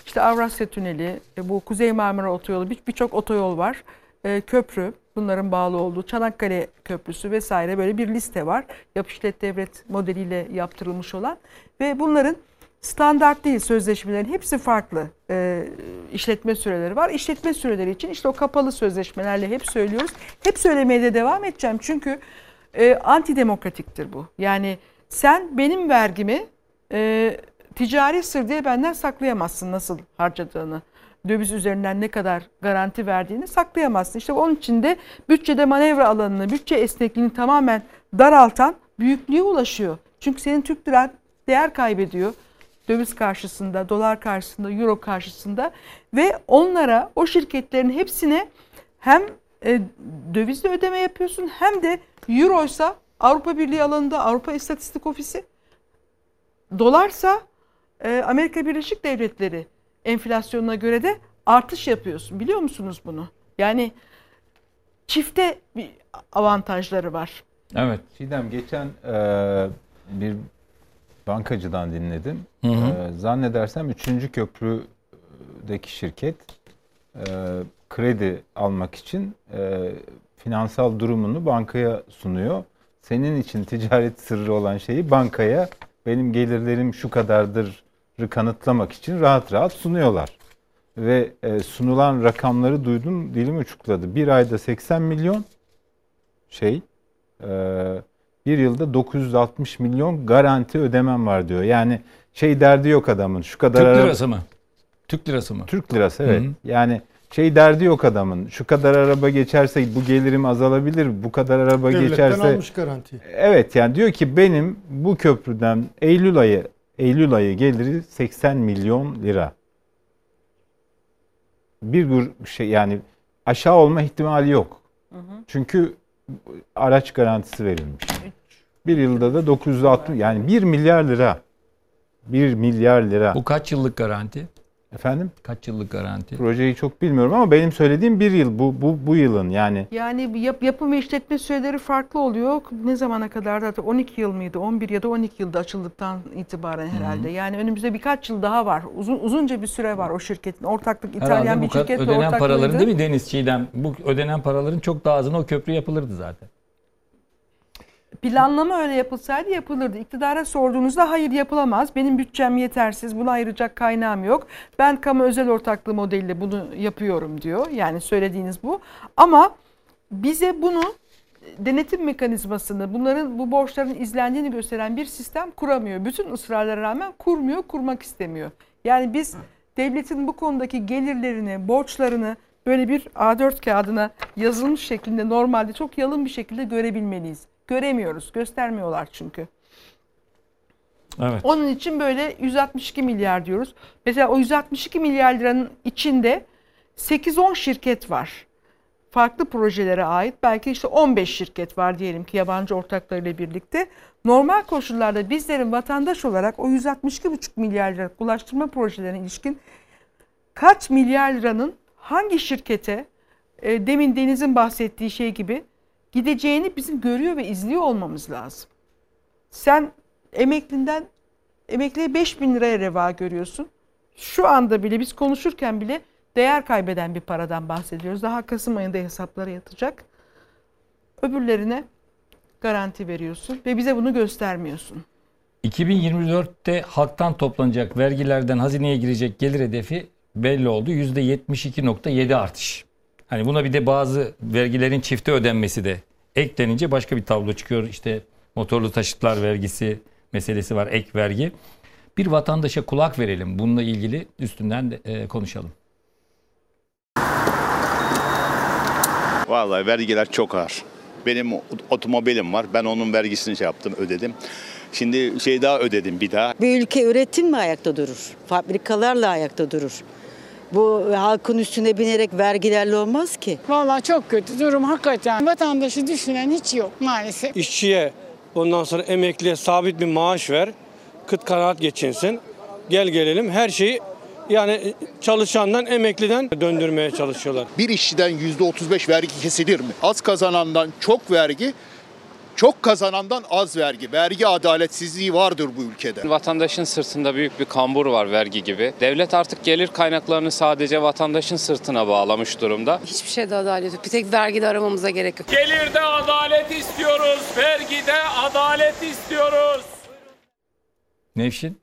İşte Avrasya Tüneli, bu Kuzey Marmara Otoyolu, birçok otoyol var. Köprü, bunların bağlı olduğu Çanakkale Köprüsü vesaire, böyle bir liste var. Yap işlet devlet modeliyle yaptırılmış olan ve bunların standart değil, sözleşmelerin hepsi farklı işletme süreleri var. İşletme süreleri için işte o kapalı sözleşmelerle hep söylüyoruz. Hep söylemeye de devam edeceğim çünkü antidemokratiktir bu. Yani sen benim vergimi ticari sır diye benden saklayamazsın, nasıl harcadığını. Döviz üzerinden ne kadar garanti verdiğini saklayamazsın. İşte onun için de bütçede manevra alanını, bütçe esnekliğini tamamen daraltan büyüklüğe ulaşıyor. Çünkü senin Türk liran değer kaybediyor. Döviz karşısında, dolar karşısında, euro karşısında ve onlara, o şirketlerin hepsine hem dövizle ödeme yapıyorsun hem de euroysa Avrupa Birliği alanında Avrupa İstatistik Ofisi, dolarsa Amerika Birleşik Devletleri enflasyonuna göre de artış yapıyorsun. Biliyor musunuz bunu? Yani çifte bir avantajları var. Evet. Çiğdem, geçen bir bankacıdan dinledim. Hı hı. Zannedersem 3. köprüdeki şirket kredi almak için finansal durumunu bankaya sunuyor. Senin için ticaret sırrı olan şeyi bankaya, benim gelirlerim şu kadardır kanıtlamak için rahat rahat sunuyorlar. Ve sunulan rakamları duydum, dilim uçukladı. Bir ayda 80 milyon bir yılda 960 milyon garanti ödemem var diyor. Yani derdi yok adamın. Şu kadar Türk lirası mı? Türk lirası mı? Türk lirası, evet. Hı hı. Yani derdi yok adamın. Şu kadar araba geçerse bu gelirim azalabilir. Bu kadar araba Devletten geçerse. almış garanti. Evet, yani diyor ki benim bu köprüden Eylül ayı geliri 80 milyon lira. Bir yani aşağı olma ihtimali yok. Hı hı. Çünkü araç garantisi verilmiş. Bir yılda da 960, yani 1 milyar lira. 1 milyar lira. Bu kaç yıllık garanti? Efendim? Kaç yıllık garanti? Projeyi çok bilmiyorum ama benim söylediğim 1 yıl. Bu yılın yani. Yani yapım ve işletme süreleri farklı oluyor. Ne zamana kadar da 12 yıl mıydı? 11 ya da 12 yılda açıldıktan itibaren herhalde. Yani önümüzde birkaç yıl daha var. Uzunca bir süre var o şirketin. Ortaklık, İtalyan bir şirketle ortaklığıydı. Ödenen paraların değil mi Deniz, Çiğdem? Bu ödenen paraların çok daha azına o köprü yapılırdı zaten. Planlama öyle yapılsaydı yapılırdı. İktidara sorduğunuzda hayır yapılamaz. Benim bütçem yetersiz. Buna ayıracak kaynağım yok. Ben kamu özel ortaklığı modeliyle bunu yapıyorum diyor. Yani söylediğiniz bu. Ama bize bunu, denetim mekanizmasını, bu borçların izlendiğini gösteren bir sistem kuramıyor. Bütün ısrarlara rağmen kurmuyor, kurmak istemiyor. Yani biz devletin bu konudaki gelirlerini, borçlarını böyle bir A4 kağıdına yazılmış şeklinde, normalde çok yalın bir şekilde görebilmeliyiz. Göremiyoruz. Göstermiyorlar çünkü. Evet. Onun için böyle 162 milyar diyoruz. Mesela o 162 milyar liranın içinde 8-10 şirket var. Farklı projelere ait. Belki işte 15 şirket var diyelim ki yabancı ortaklarıyla birlikte. Normal koşullarda bizlerin vatandaş olarak o 162,5 milyar lira ulaştırma projelerine ilişkin kaç milyar liranın hangi şirkete, demin Deniz'in bahsettiği şey gibi gideceğini bizim görüyor ve izliyor olmamız lazım. Sen emekliye 5.000 liraya reva görüyorsun. Şu anda bile, biz konuşurken bile değer kaybeden bir paradan bahsediyoruz. Daha Kasım ayında hesaplara yatacak. Öbürlerine garanti veriyorsun ve bize bunu göstermiyorsun. 2024'te halktan toplanacak vergilerden hazineye girecek gelir hedefi belli oldu. %72.7 artış. Hani buna bir de bazı vergilerin çifte ödenmesi de eklenince başka bir tablo çıkıyor. İşte motorlu taşıtlar vergisi meselesi var, ek vergi. Bir vatandaşa kulak verelim. Bununla ilgili üstünden de konuşalım. Vallahi vergiler çok ağır. Benim otomobilim var. Ben onun vergisini yaptım, ödedim. Şimdi daha ödedim bir daha. Bir ülke üretimle ayakta durur. Fabrikalarla ayakta durur. Bu halkın üstüne binerek vergilerle olmaz ki. Vallahi çok kötü durum hakikaten. Vatandaşı düşünen hiç yok maalesef. İşçiye, ondan sonra emekliye sabit bir maaş ver. Kıt kanaat geçinsin. Gelelim her şeyi yani çalışandan, emekliden döndürmeye çalışıyorlar. Bir işçiden %35 vergi kesilir mi? Az kazanandan çok vergi Çok kazanandan az vergi. Vergi adaletsizliği vardır bu ülkede. Vatandaşın sırtında büyük bir kambur var vergi gibi. Devlet artık gelir kaynaklarını sadece vatandaşın sırtına bağlamış durumda. Hiçbir şeyde adalet yok. Bir tek vergide aramamıza gerek yok. Gelirde adalet istiyoruz, vergide adalet istiyoruz. Nevşin?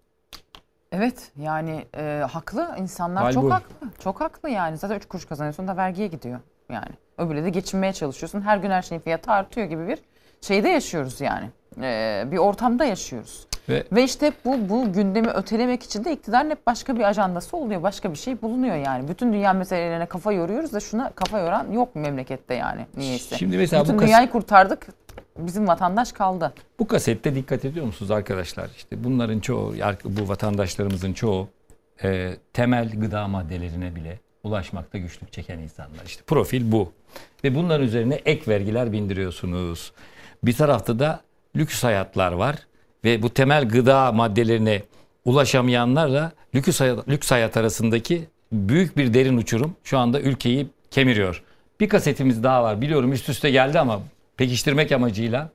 Evet yani haklı insanlar Hal çok bu. haklı. Çok haklı yani. Zaten 3 kuruş kazanıyorsun da vergiye gidiyor yani. Öbürle de geçinmeye çalışıyorsun. Her gün her şeyin fiyatı artıyor gibi bir şeyde yaşıyoruz yani. Bir ortamda yaşıyoruz. Ve işte bu gündemi ötelemek için de iktidarın hep başka bir ajandası oluyor. Başka bir şey bulunuyor yani. Bütün dünya meselelerine kafa yoruyoruz da şuna kafa yoran yok memlekette yani niyeyse. Şimdi mesela bütün dünyayı kurtardık. Bizim vatandaş kaldı. Bu kasette dikkat ediyor musunuz arkadaşlar? İşte bunların çoğu, bu vatandaşlarımızın çoğu temel gıda maddelerine bile ulaşmakta güçlük çeken insanlar. İşte profil bu. Ve bunların üzerine ek vergiler bindiriyorsunuz. Bir tarafta da lüks hayatlar var. Ve bu temel gıda maddelerine ulaşamayanlarla lüks hayat arasındaki büyük bir derin uçurum şu anda ülkeyi kemiriyor. Bir kasetimiz daha var. Biliyorum üst üste geldi ama pekiştirmek amacıyla.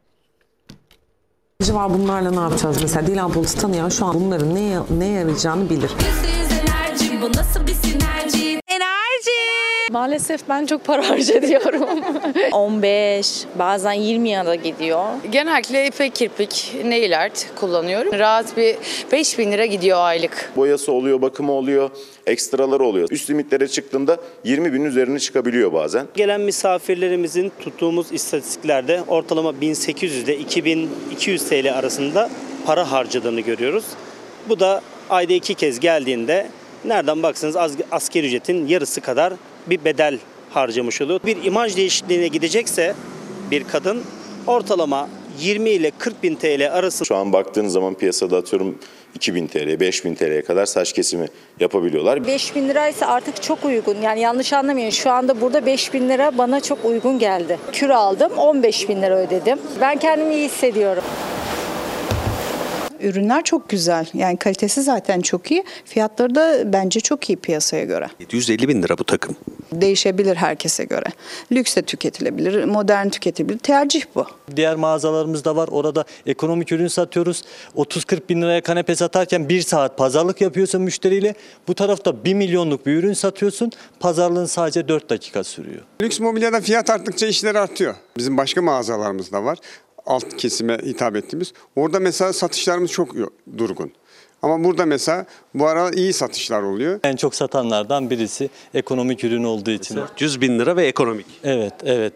Var, bunlarla ne yapacağız mesela? Dilan Polat'ı tanıyan şu an bunların ne yarayacağını bilir. Enerji, bu nasıl bir sinerji? Enerji! Maalesef ben çok para harcıyorum. 15, bazen 20'ye de gidiyor. Genellikle ipek kirpik, nail art kullanıyorum. Rahat bir 5.000 lira gidiyor aylık. Boyası oluyor, bakımı oluyor, ekstraları oluyor. Üst limitlere çıktığında 20 binin üzerine çıkabiliyor bazen. Gelen misafirlerimizin tuttuğumuz istatistiklerde ortalama 1800 ile 2200 TL arasında para harcadığını görüyoruz. Bu da ayda 2 kez geldiğinde nereden baksanız asgari ücretin yarısı kadar bir bedel harcamış oluyor. Bir imaj değişikliğine gidecekse bir kadın ortalama 20 ile 40 bin TL arası. Şu an baktığınız zaman piyasada atıyorum 2000 TL, 5000 TL'ye kadar saç kesimi yapabiliyorlar. 5.000 liraysa artık çok uygun. Yani yanlış anlamayın. Şu anda burada 5.000 lira bana çok uygun geldi. Kür aldım, 15.000 lira ödedim. Ben kendimi iyi hissediyorum. Ürünler çok güzel. Yani kalitesi zaten çok iyi. Fiyatları da bence çok iyi piyasaya göre. 750 bin lira bu takım. Değişebilir herkese göre. Lüks de tüketilebilir, modern tüketilebilir. Tercih bu. Diğer mağazalarımız da var. Orada ekonomik ürün satıyoruz. 30-40 bin liraya kanepe satarken 1 saat pazarlık yapıyorsun müşteriyle. Bu tarafta 1 milyonluk bir ürün satıyorsun. Pazarlığın sadece 4 dakika sürüyor. Lüks mobilyada fiyat arttıkça işler artıyor. Bizim başka mağazalarımız da var. Alt kesime hitap ettiğimiz. Orada mesela satışlarımız çok durgun. Ama burada mesela bu ara iyi satışlar oluyor. En çok satanlardan birisi ekonomik ürün olduğu için. 400 bin lira ve ekonomik. Evet, evet.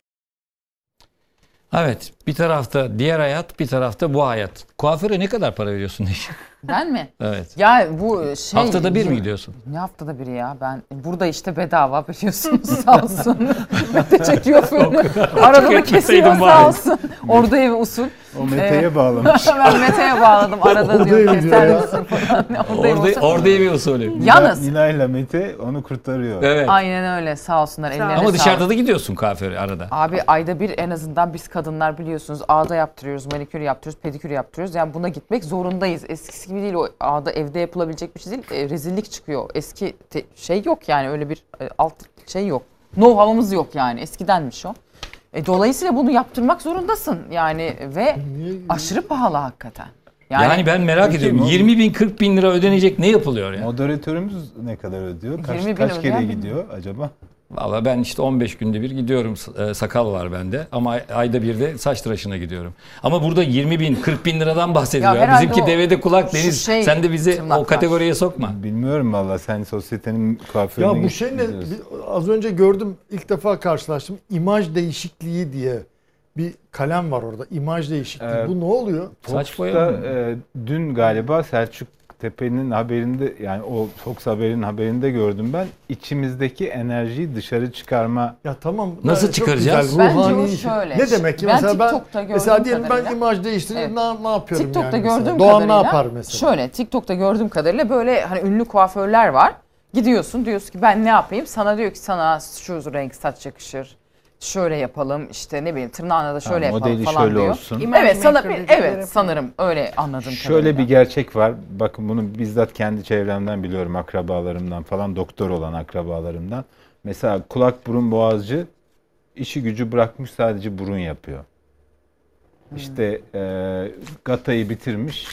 Evet, bir tarafta diğer hayat, bir tarafta bu hayat. Kuaföre ne kadar para veriyorsun Neşe? Ben mi? Evet. Ya bu şey... Haftada bir mi gidiyorsun? Ne haftada bir ya? Ben burada işte bedava biliyorsunuz sağ olsun. Mete çekiyor fırını. Arada da kesiyor sağ olsun. Orada evi usul. O Mete'ye bağlamış. Ben Mete'ye bağladım. Arada diyor keser misin falan. Orada evi usulü. Yalnız. Nilay'la Mete onu kurtarıyor. Evet. Aynen öyle sağ olsunlar. Ellerine ama dışarıda da gidiyorsun kuaföre arada. Abi ayda bir en azından biz kadınlar biliyorsunuz ağda yaptırıyoruz, manikür yaptırıyoruz, pedikür yaptırıyoruz. Yani buna gitmek zorundayız. Eskisi gibi değil, o ağda evde yapılabilecek bir şey değil. Rezillik çıkıyor. Eski şey yok yani, öyle bir alt şey yok. Know-how'ımız yok yani, eskidenmiş o. Dolayısıyla bunu yaptırmak zorundasın yani ve aşırı pahalı hakikaten. Yani ben merak ediyorum. 20 bin 40 bin lira ödenecek ne yapılıyor ya? Moderatörümüz ne kadar ödüyor? Kaç kere gidiyor acaba? Valla ben işte 15 günde bir gidiyorum, sakal var bende ama ayda bir de saç tıraşına gidiyorum. Ama burada 20 bin 40 bin liradan bahsediyor. Ya bizimki devede kulak Deniz, sen de bizi o kategoriye sokma. Bilmiyorum valla, sen sosyetenin kuaförüne Ya bu şey ne? Az önce gördüm, ilk defa karşılaştım. İmaj değişikliği diye bir kalem var orada. İmaj değişikliği. Bu ne oluyor? Saç boyama. Dün galiba Selçuk Tepe'nin haberinde, yani o Fox haberinin haberinde gördüm ben. İçimizdeki enerjiyi dışarı çıkarma. Ya tamam. Nasıl çıkaracağız? Bence o şöyle. Ne demek ki? Mesela diyelim ben imaj değiştireyim, ne yapıyorum TikTok'ta yani? Gördüğüm Doğan kadarıyla, ne yapar mesela? Şöyle TikTok'ta gördüğüm kadarıyla böyle hani ünlü kuaförler var. Gidiyorsun diyorsun ki ben ne yapayım? Sana diyor ki sana şu renk saç yakışır. Şöyle yapalım, işte ne bileyim tırnağına da şöyle yapalım falan diyor. Olsun. Evet, evet sanırım öyle anladım. Şöyle bir gerçek var. Bakın bunu bizzat kendi çevremden biliyorum, akrabalarımdan falan, doktor olan akrabalarımdan. Mesela kulak burun boğazcı işi gücü bırakmış, sadece burun yapıyor. İşte Gata'yı bitirmiş,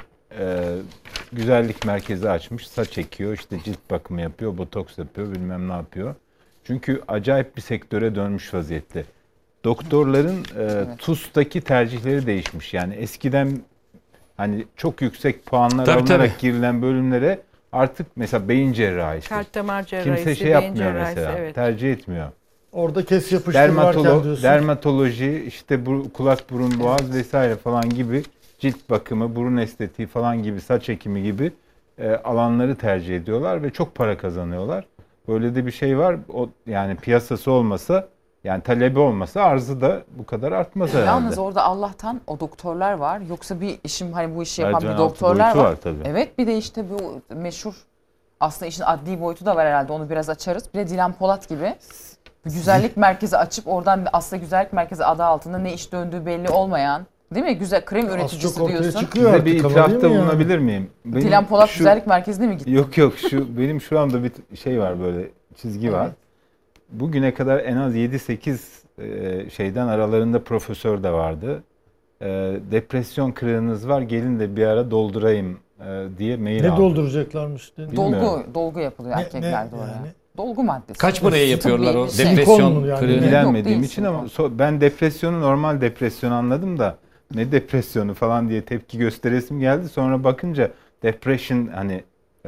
güzellik merkezi açmış, saç ekiyor, işte cilt bakımı yapıyor, botoks yapıyor, bilmem ne yapıyor. Çünkü acayip bir sektöre dönmüş vaziyette. Doktorların TUS'taki tercihleri değişmiş. Yani eskiden hani çok yüksek puanlar alınarak girilen bölümlere artık mesela beyin cerrahisi. Kalp damar cerrahisi, kimse şey beyin yapmıyor cerrahisi, mesela, evet. tercih etmiyor. Orada kes yapıştır varken diyorsun. Dermatoloji, işte kulak, burun, boğaz vesaire falan gibi, cilt bakımı, burun estetiği falan gibi, saç ekimi gibi alanları tercih ediyorlar ve çok para kazanıyorlar. Böyle de bir şey var. O yani piyasası olmasa, yani talebi olmasa arzı da bu kadar artmaz herhalde. Yalnız orada Allah'tan o doktorlar var. Yoksa bir işim hani bu işi yapan Merdiven bir doktorlar altı var. var tabii. Evet, bir de işte bu meşhur, aslında işin adli boyutu da var herhalde. Onu biraz açarız. Bir de Dilan Polat gibi güzellik merkezi açıp oradan aslında güzellik merkezi adı altında ne iş döndüğü belli olmayan, değil mi? Güzel krem üreticisi diyorsun. Size bir itirafta bulunabilir miyim? Dilan Polat güzellik merkezine mi gitti? Yok benim şu anda bir şey var, böyle çizgi var. Bugüne kadar en az 7-8 şeyden aralarında profesör de vardı. Depresyon kırığınız var, gelin de bir ara doldurayım diye mail aldı. Ne dolduracaklarmış? Dolgu yapılıyor erkeklerde oraya. Yani? Dolgu maddesi. Kaç paraya yapıyorlar o depresyon kırığını? İlgilenmediğim için ama ben depresyonu normal depresyon anladım da ne depresyonu falan diye tepki gösteresim geldi. Sonra bakınca depression hani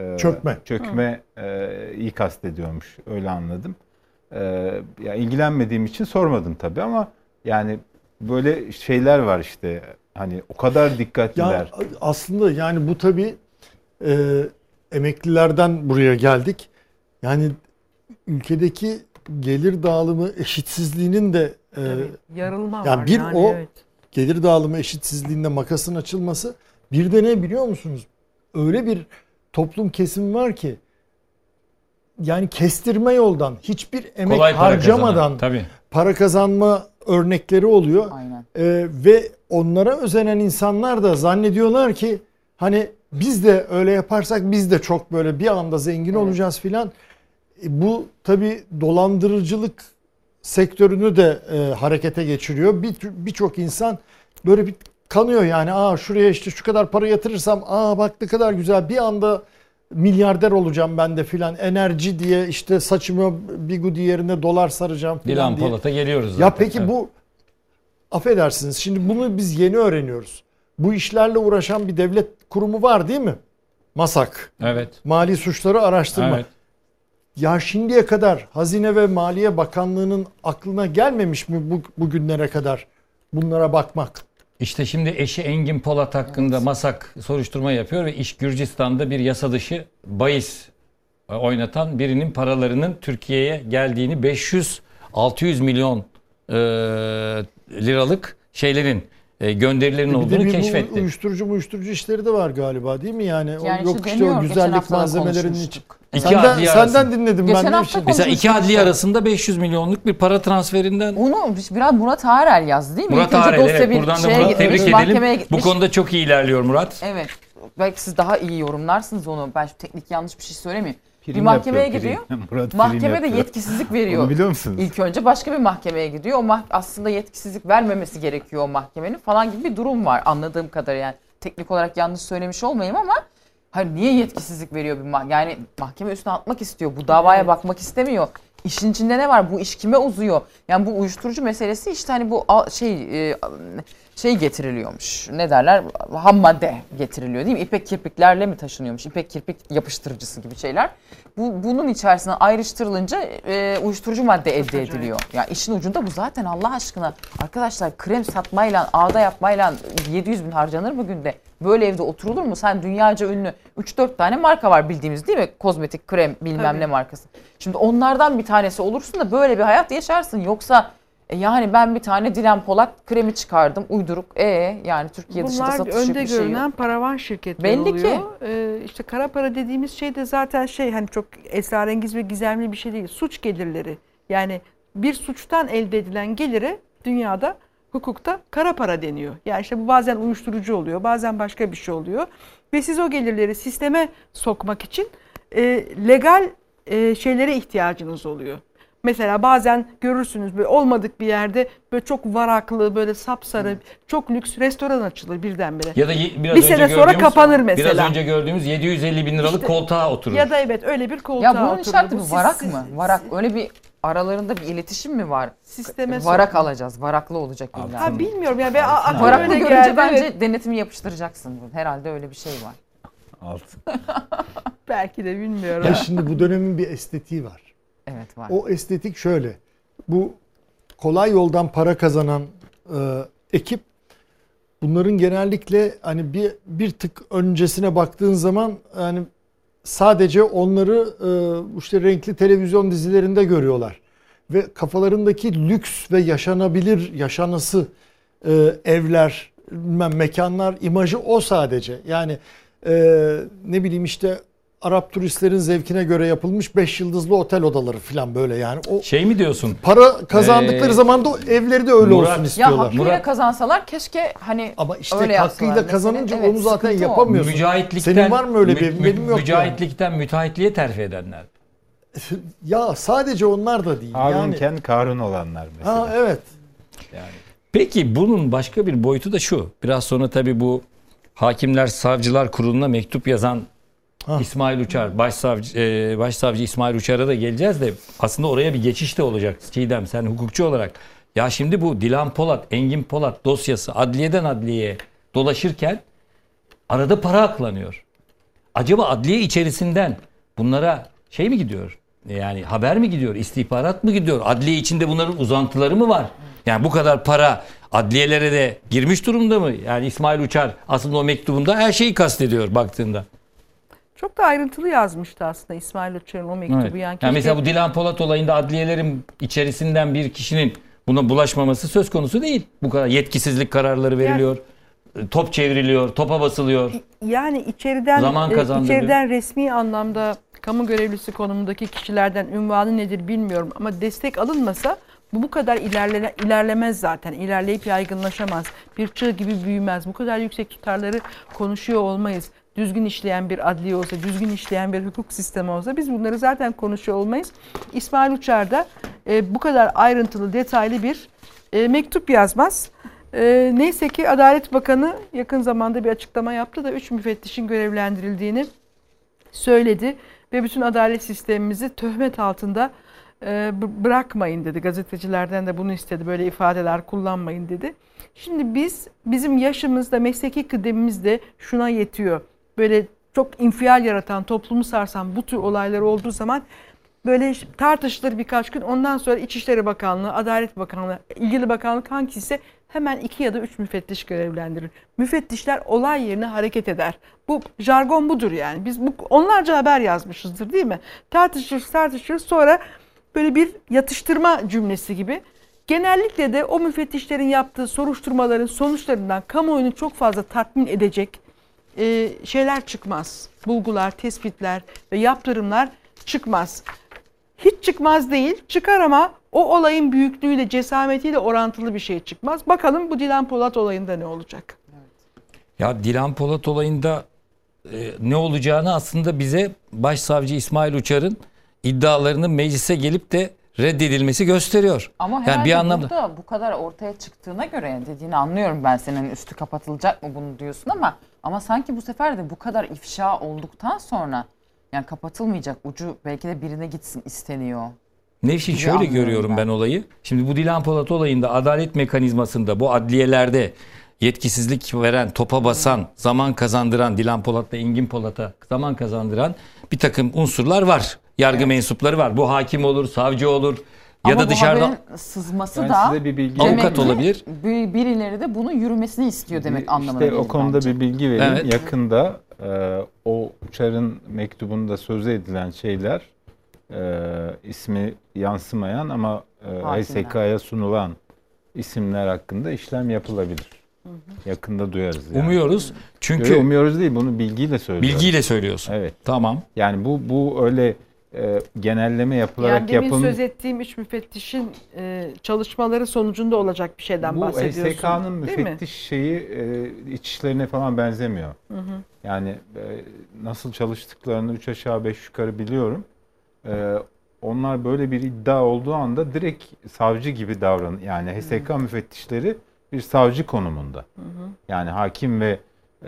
çökme iyi kastediyormuş, öyle anladım. Ya ilgilenmediğim için sormadım tabii ama yani böyle şeyler var işte, hani o kadar dikkatliler. Ya aslında yani bu tabii emeklilerden buraya geldik. Yani ülkedeki gelir dağılımı eşitsizliğinin de yarılma yani var. Bir yani o evet. Gelir dağılımı eşitsizliğinde makasın açılması, bir de ne biliyor musunuz? Öyle bir toplum kesimi var ki yani kestirme yoldan, hiçbir emek harcamadan para kazanma örnekleri oluyor. Ve onlara özenen insanlar da zannediyorlar ki hani biz de öyle yaparsak biz de çok böyle bir anda zengin olacağız filan. Bu tabii dolandırıcılık sektörünü de harekete geçiriyor. Birçok insan böyle bir kanıyor yani. Şuraya işte şu kadar para yatırırsam bak ne kadar güzel, bir anda milyarder olacağım ben de filan. Enerji diye işte saçımı bigudi yerine dolar saracağım filan Dilan diye. Polat'a geliyoruz zaten. Ya peki bu, affedersiniz şimdi bunu biz yeni öğreniyoruz. Bu işlerle uğraşan bir devlet kurumu var değil mi? MASAK. Evet. Mali Suçları Araştırma. Evet. Ya şimdiye kadar Hazine ve Maliye Bakanlığı'nın aklına gelmemiş mi bugünlere kadar bunlara bakmak? İşte şimdi eşi Engin Polat hakkında MASAK soruşturma yapıyor ve iş Gürcistan'da bir yasa dışı bahis oynatan birinin paralarının Türkiye'ye geldiğini, 500-600 milyon liralık şeylerin gönderilerin olduğunu keşfetti. Uyuşturucu işleri de var galiba değil mi? Yani yok işte işte o güzellik malzemelerinin için. Senden dinledim geçen ben. Mesela iki adliye arasında 500 milyonluk bir para transferinden. Onu biraz Murat Arel yazdı değil mi? Murat Arel, evet. Buradan da Murat'ı tebrik edelim. Bu konuda çok iyi ilerliyor Murat. Evet. Belki siz daha iyi yorumlarsınız onu. Ben şu teknik yanlış bir şey söylemeyeyim. Bir mahkemeye gidiyor. Mahkeme de yetkisizlik veriyor. Onu biliyor musunuz? İlk önce başka bir mahkemeye gidiyor. Aslında yetkisizlik vermemesi gerekiyor o mahkemenin falan gibi bir durum var anladığım kadarıyla. Yani teknik olarak yanlış söylemiş olmayayım ama hayır, niye yetkisizlik veriyor bir mahkeme? Yani mahkeme üstüne atmak istiyor. Bu davaya bakmak istemiyor. İşin içinde ne var? Bu iş kime uzuyor? Yani bu uyuşturucu meselesi işte hani bu şey getiriliyormuş. Ne derler? Ham madde getiriliyor değil mi? İpek kirpiklerle mi taşınıyormuş? İpek kirpik yapıştırıcısı gibi şeyler. Bunun içerisinden ayrıştırılınca uyuşturucu madde elde ediliyor. Yani işin ucunda bu zaten, Allah aşkına. Arkadaşlar krem satmayla, ağda yapmayla 700 bin harcanır mı günde? Böyle evde oturulur mu? Sen dünyaca ünlü 3-4 tane marka var bildiğimiz değil mi? Kozmetik, krem, bilmem ne markası. Şimdi onlardan bir tanesi olursun da böyle bir hayat yaşarsın. Yoksa yani ben bir tane Dilan Polat kremi çıkardım uyduruk. Yani Türkiye dışında satış bir şey yok. Bunlar önde görünen paravan şirketleri belli oluyor. Ki. İşte kara para dediğimiz şey de zaten hani çok esrarengiz ve gizemli bir şey değil. Suç gelirleri. Yani bir suçtan elde edilen gelire dünyada, hukukta kara para deniyor. Yani işte bu bazen uyuşturucu oluyor, bazen başka bir şey oluyor. Ve siz o gelirleri sisteme sokmak için legal şeylere ihtiyacınız oluyor. Mesela bazen görürsünüz böyle olmadık bir yerde böyle çok varaklı, böyle sapsarı, çok lüks restoran açılır birdenbire. Ya da biraz bir sene sonra kapanır mesela. Biraz önce gördüğümüz 750 bin liralık İşte, koltuğa oturur. Ya da evet öyle bir koltuğa oturur. Ya bunun şartı bir varak mı? Varak öyle bir aralarında bir iletişim mi var? Sisteme varak alacağız. Varaklı olacak illa. Ha bilmiyorum ya. Varaklı görünce bence denetimi yapıştıracaksın. Herhalde öyle bir şey var. Belki de bilmiyorum. Ya şimdi bu dönemin bir estetiği var. Evet var. O estetik şöyle. Bu kolay yoldan para kazanan ekip bunların genellikle hani bir tık öncesine baktığın zaman hani sadece onları işte renkli televizyon dizilerinde görüyorlar. Ve kafalarındaki lüks ve yaşanabilir, yaşanası evler, mekanlar imajı o sadece. Yani ne bileyim işte Arap turistlerin zevkine göre yapılmış 5 yıldızlı otel odaları falan böyle yani. O şey mi diyorsun? Para kazandıkları zaman da evleri de öyle olsun istiyorlar. Ya hakkıyla kazansalar keşke hani ama işte öyle hakkıyla kazanınca onu zaten yapamıyorsun. Mücahitlikten, senin var mı öyle bir evin? Benim yok. Mücahitlikten müteahhitliğe terfi edenler. Ya sadece onlar da değil. Harunken Karun olanlar mesela. Ha evet. Yani. Peki bunun başka bir boyutu da şu. Biraz sonra tabii bu Hakimler Savcılar Kurulu'na mektup yazan İsmail Uçar, Başsavcı İsmail Uçar'a da geleceğiz de aslında oraya bir geçiş de olacak. Çiğdem sen hukukçu olarak. Ya şimdi bu Dilan Polat, Engin Polat dosyası adliyeden adliyeye dolaşırken arada para aklanıyor. Acaba adliye içerisinden bunlara şey mi gidiyor? Yani haber mi gidiyor? İstihbarat mı gidiyor? Adliye içinde bunların uzantıları mı var? Yani bu kadar para adliyelere de girmiş durumda mı? Yani İsmail Uçar aslında o mektubunda her şeyi kastediyor baktığında. Çok da ayrıntılı yazmıştı aslında İsmail Uçar'ın o mektubu. Evet. Yani mesela bu Dilan Polat olayında adliyelerin içerisinden bir kişinin buna bulaşmaması söz konusu değil. Bu kadar yetkisizlik kararları veriliyor. Top çevriliyor, topa basılıyor. Yani içeriden resmi anlamda kamu görevlisi konumundaki kişilerden ünvanı nedir bilmiyorum ama destek alınmasa bu kadar ilerlemez zaten. İlerleyip yaygınlaşamaz. Bir çığ gibi büyümez. Bu kadar yüksek tutarları konuşuyor olmayız. Düzgün işleyen bir adliye olsa, düzgün işleyen bir hukuk sistemi olsa biz bunları zaten konuşuyor olmayız. İsmail Uçar da bu kadar ayrıntılı, detaylı bir mektup yazmaz. Neyse ki Adalet Bakanı yakın zamanda bir açıklama yaptı da 3 müfettişin görevlendirildiğini söyledi. Ve bütün adalet sistemimizi töhmet altında bırakmayın dedi. Gazetecilerden de bunu istedi. Böyle ifadeler kullanmayın dedi. Şimdi bizim yaşımızda, mesleki kıdemimiz de şuna yetiyor. Böyle çok infial yaratan, toplumu sarsan bu tür olaylar olduğu zaman böyle tartışılır birkaç gün. Ondan sonra İçişleri Bakanlığı, Adalet Bakanlığı, ilgili bakanlık hangisi hemen 2 ya da 3 müfettiş görevlendirir. Müfettişler olay yerine hareket eder. Bu jargon budur yani. Biz onlarca haber yazmışızdır değil mi? Tartışırız sonra böyle bir yatıştırma cümlesi gibi. Genellikle de o müfettişlerin yaptığı soruşturmaların sonuçlarından kamuoyunu çok fazla tatmin edecek şeyler çıkmaz. Bulgular, tespitler ve yaptırımlar çıkmaz. Hiç çıkmaz değil, çıkar ama o olayın büyüklüğüyle, cesametiyle orantılı bir şey çıkmaz. Bakalım bu Dilan Polat olayında ne olacak? Ya Dilan Polat olayında ne olacağını aslında bize Başsavcı İsmail Uçar'ın iddialarının meclise gelip de reddedilmesi gösteriyor. Ama herhalde bir anlamda burada bu kadar ortaya çıktığına göre dediğini anlıyorum ben, senin üstü kapatılacak mı bunu diyorsun ama sanki bu sefer de bu kadar ifşa olduktan sonra yani kapatılmayacak, ucu belki de birine gitsin isteniyor. Nevşin şöyle görüyorum ben olayı. Şimdi bu Dilan Polat olayında adalet mekanizmasında bu adliyelerde yetkisizlik veren, topa basan, zaman kazandıran, Dilan Polat'la Engin Polat'a zaman kazandıran bir takım unsurlar var. Yargı mensupları var. Bu hakim olur, savcı olur. Ama ya da dışarıda sızması da avukat olabilir. Birileri de bunun yürümesini istiyor demek anlamına İşte o konuda bence bir bilgi vereyim. Evet. Yakında o Uçar'ın mektubunda söz edilen şeyler ismi yansımayan ama HSK'ya sunulan isimler hakkında işlem yapılabilir. Yakında duyarız. Yani. Umuyoruz. Çünkü umuyoruz değil, bunu bilgiyle söylüyoruz. Bilgiyle söylüyorsun. Evet. Tamam. Yani bu öyle genelleme yapılarak yani demin söz ettiğim 3 müfettişin çalışmaları sonucunda olacak bir şeyden bahsediyorsun. Bu HSK'nın müfettiş şeyi iç işlerine falan benzemiyor. Hı hı. Yani nasıl çalıştıklarını 3 aşağı 5 yukarı biliyorum. onlar böyle bir iddia olduğu anda direkt savcı gibi davranıyor. Yani HSK müfettişleri bir savcı konumunda. Yani hakim ve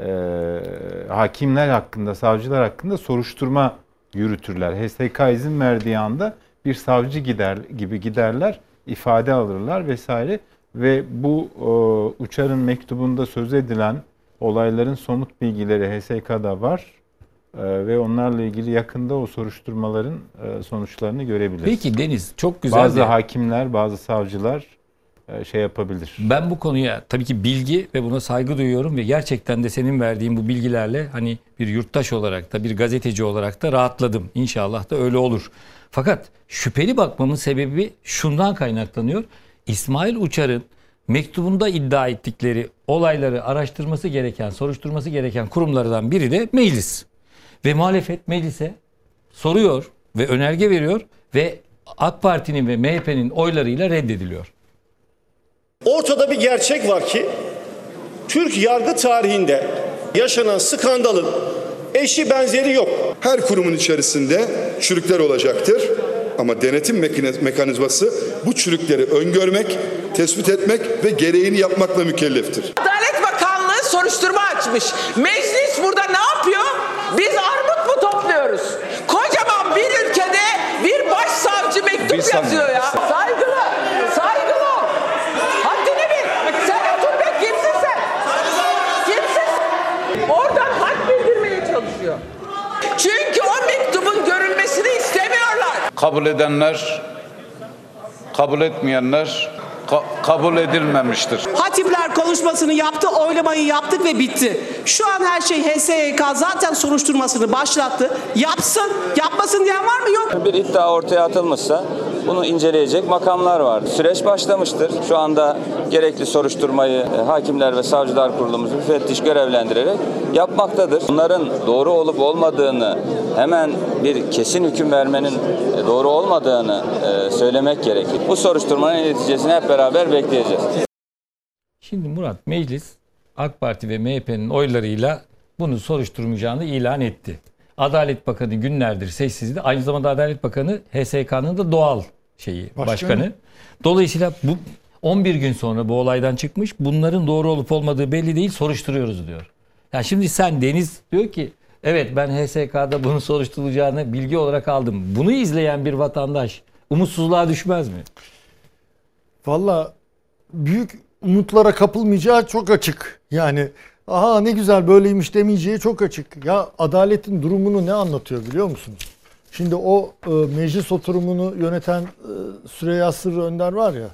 hakimler hakkında, savcılar hakkında soruşturma yürütürler. HSK izin verdiği anda bir savcı gibi giderler, ifade alırlar vesaire. Ve bu Uçar'ın mektubunda söz edilen olayların somut bilgileri HSK'da var. Ve onlarla ilgili yakında o soruşturmaların sonuçlarını görebiliriz. Peki Deniz, çok güzel. Bazı hakimler, bazı savcılar şey yapabilir. Ben bu konuya tabii ki bilgi ve buna saygı duyuyorum ve gerçekten de senin verdiğin bu bilgilerle hani bir yurttaş olarak da bir gazeteci olarak da rahatladım. İnşallah da öyle olur. Fakat şüpheli bakmamın sebebi şundan kaynaklanıyor. İsmail Uçar'ın mektubunda iddia ettikleri olayları araştırması gereken, soruşturması gereken kurumlardan biri de meclis. Ve muhalefet meclise soruyor ve önerge veriyor ve AK Parti'nin ve MHP'nin oylarıyla reddediliyor. Ortada bir gerçek var ki Türk yargı tarihinde yaşanan skandalın eşi benzeri yok. Her kurumun içerisinde çürükler olacaktır. Ama denetim mekanizması bu çürükleri öngörmek, tespit etmek ve gereğini yapmakla mükelleftir. Adalet Bakanlığı soruşturma açmış. Meclis burada ne yapıyor? Biz armut mu topluyoruz? Kocaman bir ülkede bir başsavcı mektup yazıyor ya. Saygılı, saygılı ol. Haddini bil. Sen otur be, kimsin sen? Kimsin? Oradan had bildirmeye çalışıyor. Çünkü o mektubun görülmesini istemiyorlar. Kabul edenler, kabul etmeyenler kabul edilmemiştir. Hatipler konuşmasını yaptı, oylamayı yaptık ve bitti. Şu an her şey HSYK zaten soruşturmasını başlattı. Yapsın, yapmasın diyen var mı? Yok. Bir iddia ortaya atılmışsa bunu inceleyecek makamlar var. Süreç başlamıştır. Şu anda gerekli soruşturmayı Hakimler ve Savcılar Kurulumuz müfettiş görevlendirerek yapmaktadır. Bunların doğru olup olmadığını, hemen bir kesin hüküm vermenin doğru olmadığını söylemek gerekir. Bu soruşturmanın neticesini hep beraber bekleyeceğiz. Şimdi Murat, meclis AK Parti ve MHP'nin oylarıyla bunu soruşturmayacağını ilan etti. Adalet Bakanı günlerdir sessizdi. Aynı zamanda Adalet Bakanı HSK'nın da doğal başkanı. Dolayısıyla bu 11 gün sonra bu olaydan çıkmış. Bunların doğru olup olmadığı belli değil, soruşturuyoruz diyor. Yani şimdi sen, Deniz diyor ki evet ben HSK'da bunun soruşturulacağını bilgi olarak aldım. Bunu izleyen bir vatandaş umutsuzluğa düşmez mi? Valla büyük umutlara kapılmayacağı çok açık. Yani aha ne güzel böyleymiş demeyeceği çok açık. Ya adaletin durumunu ne anlatıyor biliyor musunuz? Şimdi o meclis oturumunu yöneten Süreyya Sırrı Önder var ya.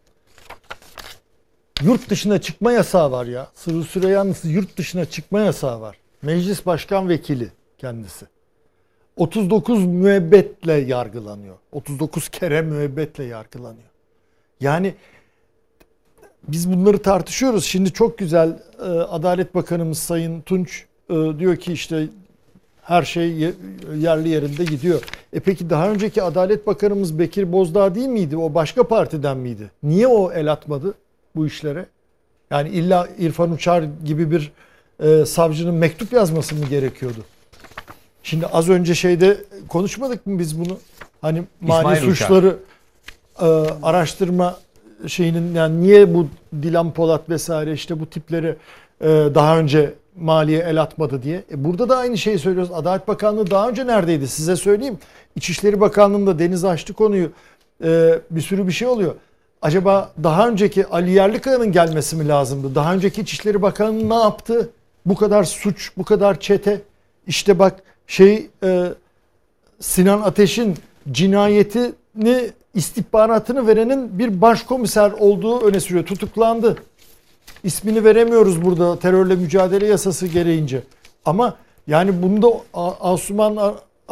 Yurt dışına çıkma yasağı var ya. Süreyya'nın yurt dışına çıkma yasağı var. Meclis Başkan Vekili kendisi. 39 müebbetle yargılanıyor. 39 kere müebbetle yargılanıyor. Yani biz bunları tartışıyoruz. Şimdi çok güzel Adalet Bakanımız Sayın Tunç diyor ki işte her şey yerli yerinde gidiyor. Peki daha önceki Adalet Bakanımız Bekir Bozdağ değil miydi? O başka partiden miydi? Niye o el atmadı bu işlere? Yani illa İrfan Uçar gibi bir savcının mektup yazması mı gerekiyordu? Şimdi az önce şeyde konuşmadık mı biz bunu? Hani mali suçları araştırma şeyinin, yani niye bu Dilan Polat vesaire işte bu tipleri daha önce maliye el atmadı diye. Burada da aynı şeyi söylüyoruz. Adalet Bakanlığı daha önce neredeydi? Size söyleyeyim. İçişleri Bakanlığı'nda Deniz açtı konuyu. Bir sürü bir şey oluyor. Acaba daha önceki Ali Yerlikaya'nın gelmesi mi lazımdı? Daha önceki İçişleri Bakanı ne yaptı? Bu kadar suç, bu kadar çete. İşte bak Sinan Ateş'in cinayetini, istihbaratını verenin bir başkomiser olduğu öne sürüyor. Tutuklandı. İsmini veremiyoruz burada terörle mücadele yasası gereğince. Ama yani bunda Asuman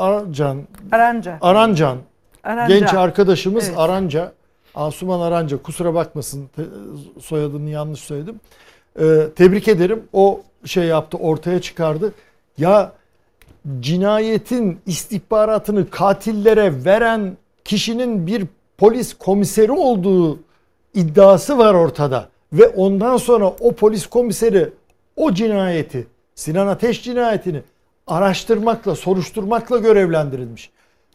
Aranca. Genç arkadaşımız evet. Asuman Aranca, kusura bakmasın soyadını yanlış söyledim. Tebrik ederim. O yaptı, ortaya çıkardı. Ya cinayetin istihbaratını katillere veren kişinin bir polis komiseri olduğu iddiası var ortada. Ve ondan sonra o polis komiseri o cinayeti, Sinan Ateş cinayetini araştırmakla, soruşturmakla görevlendirilmiş.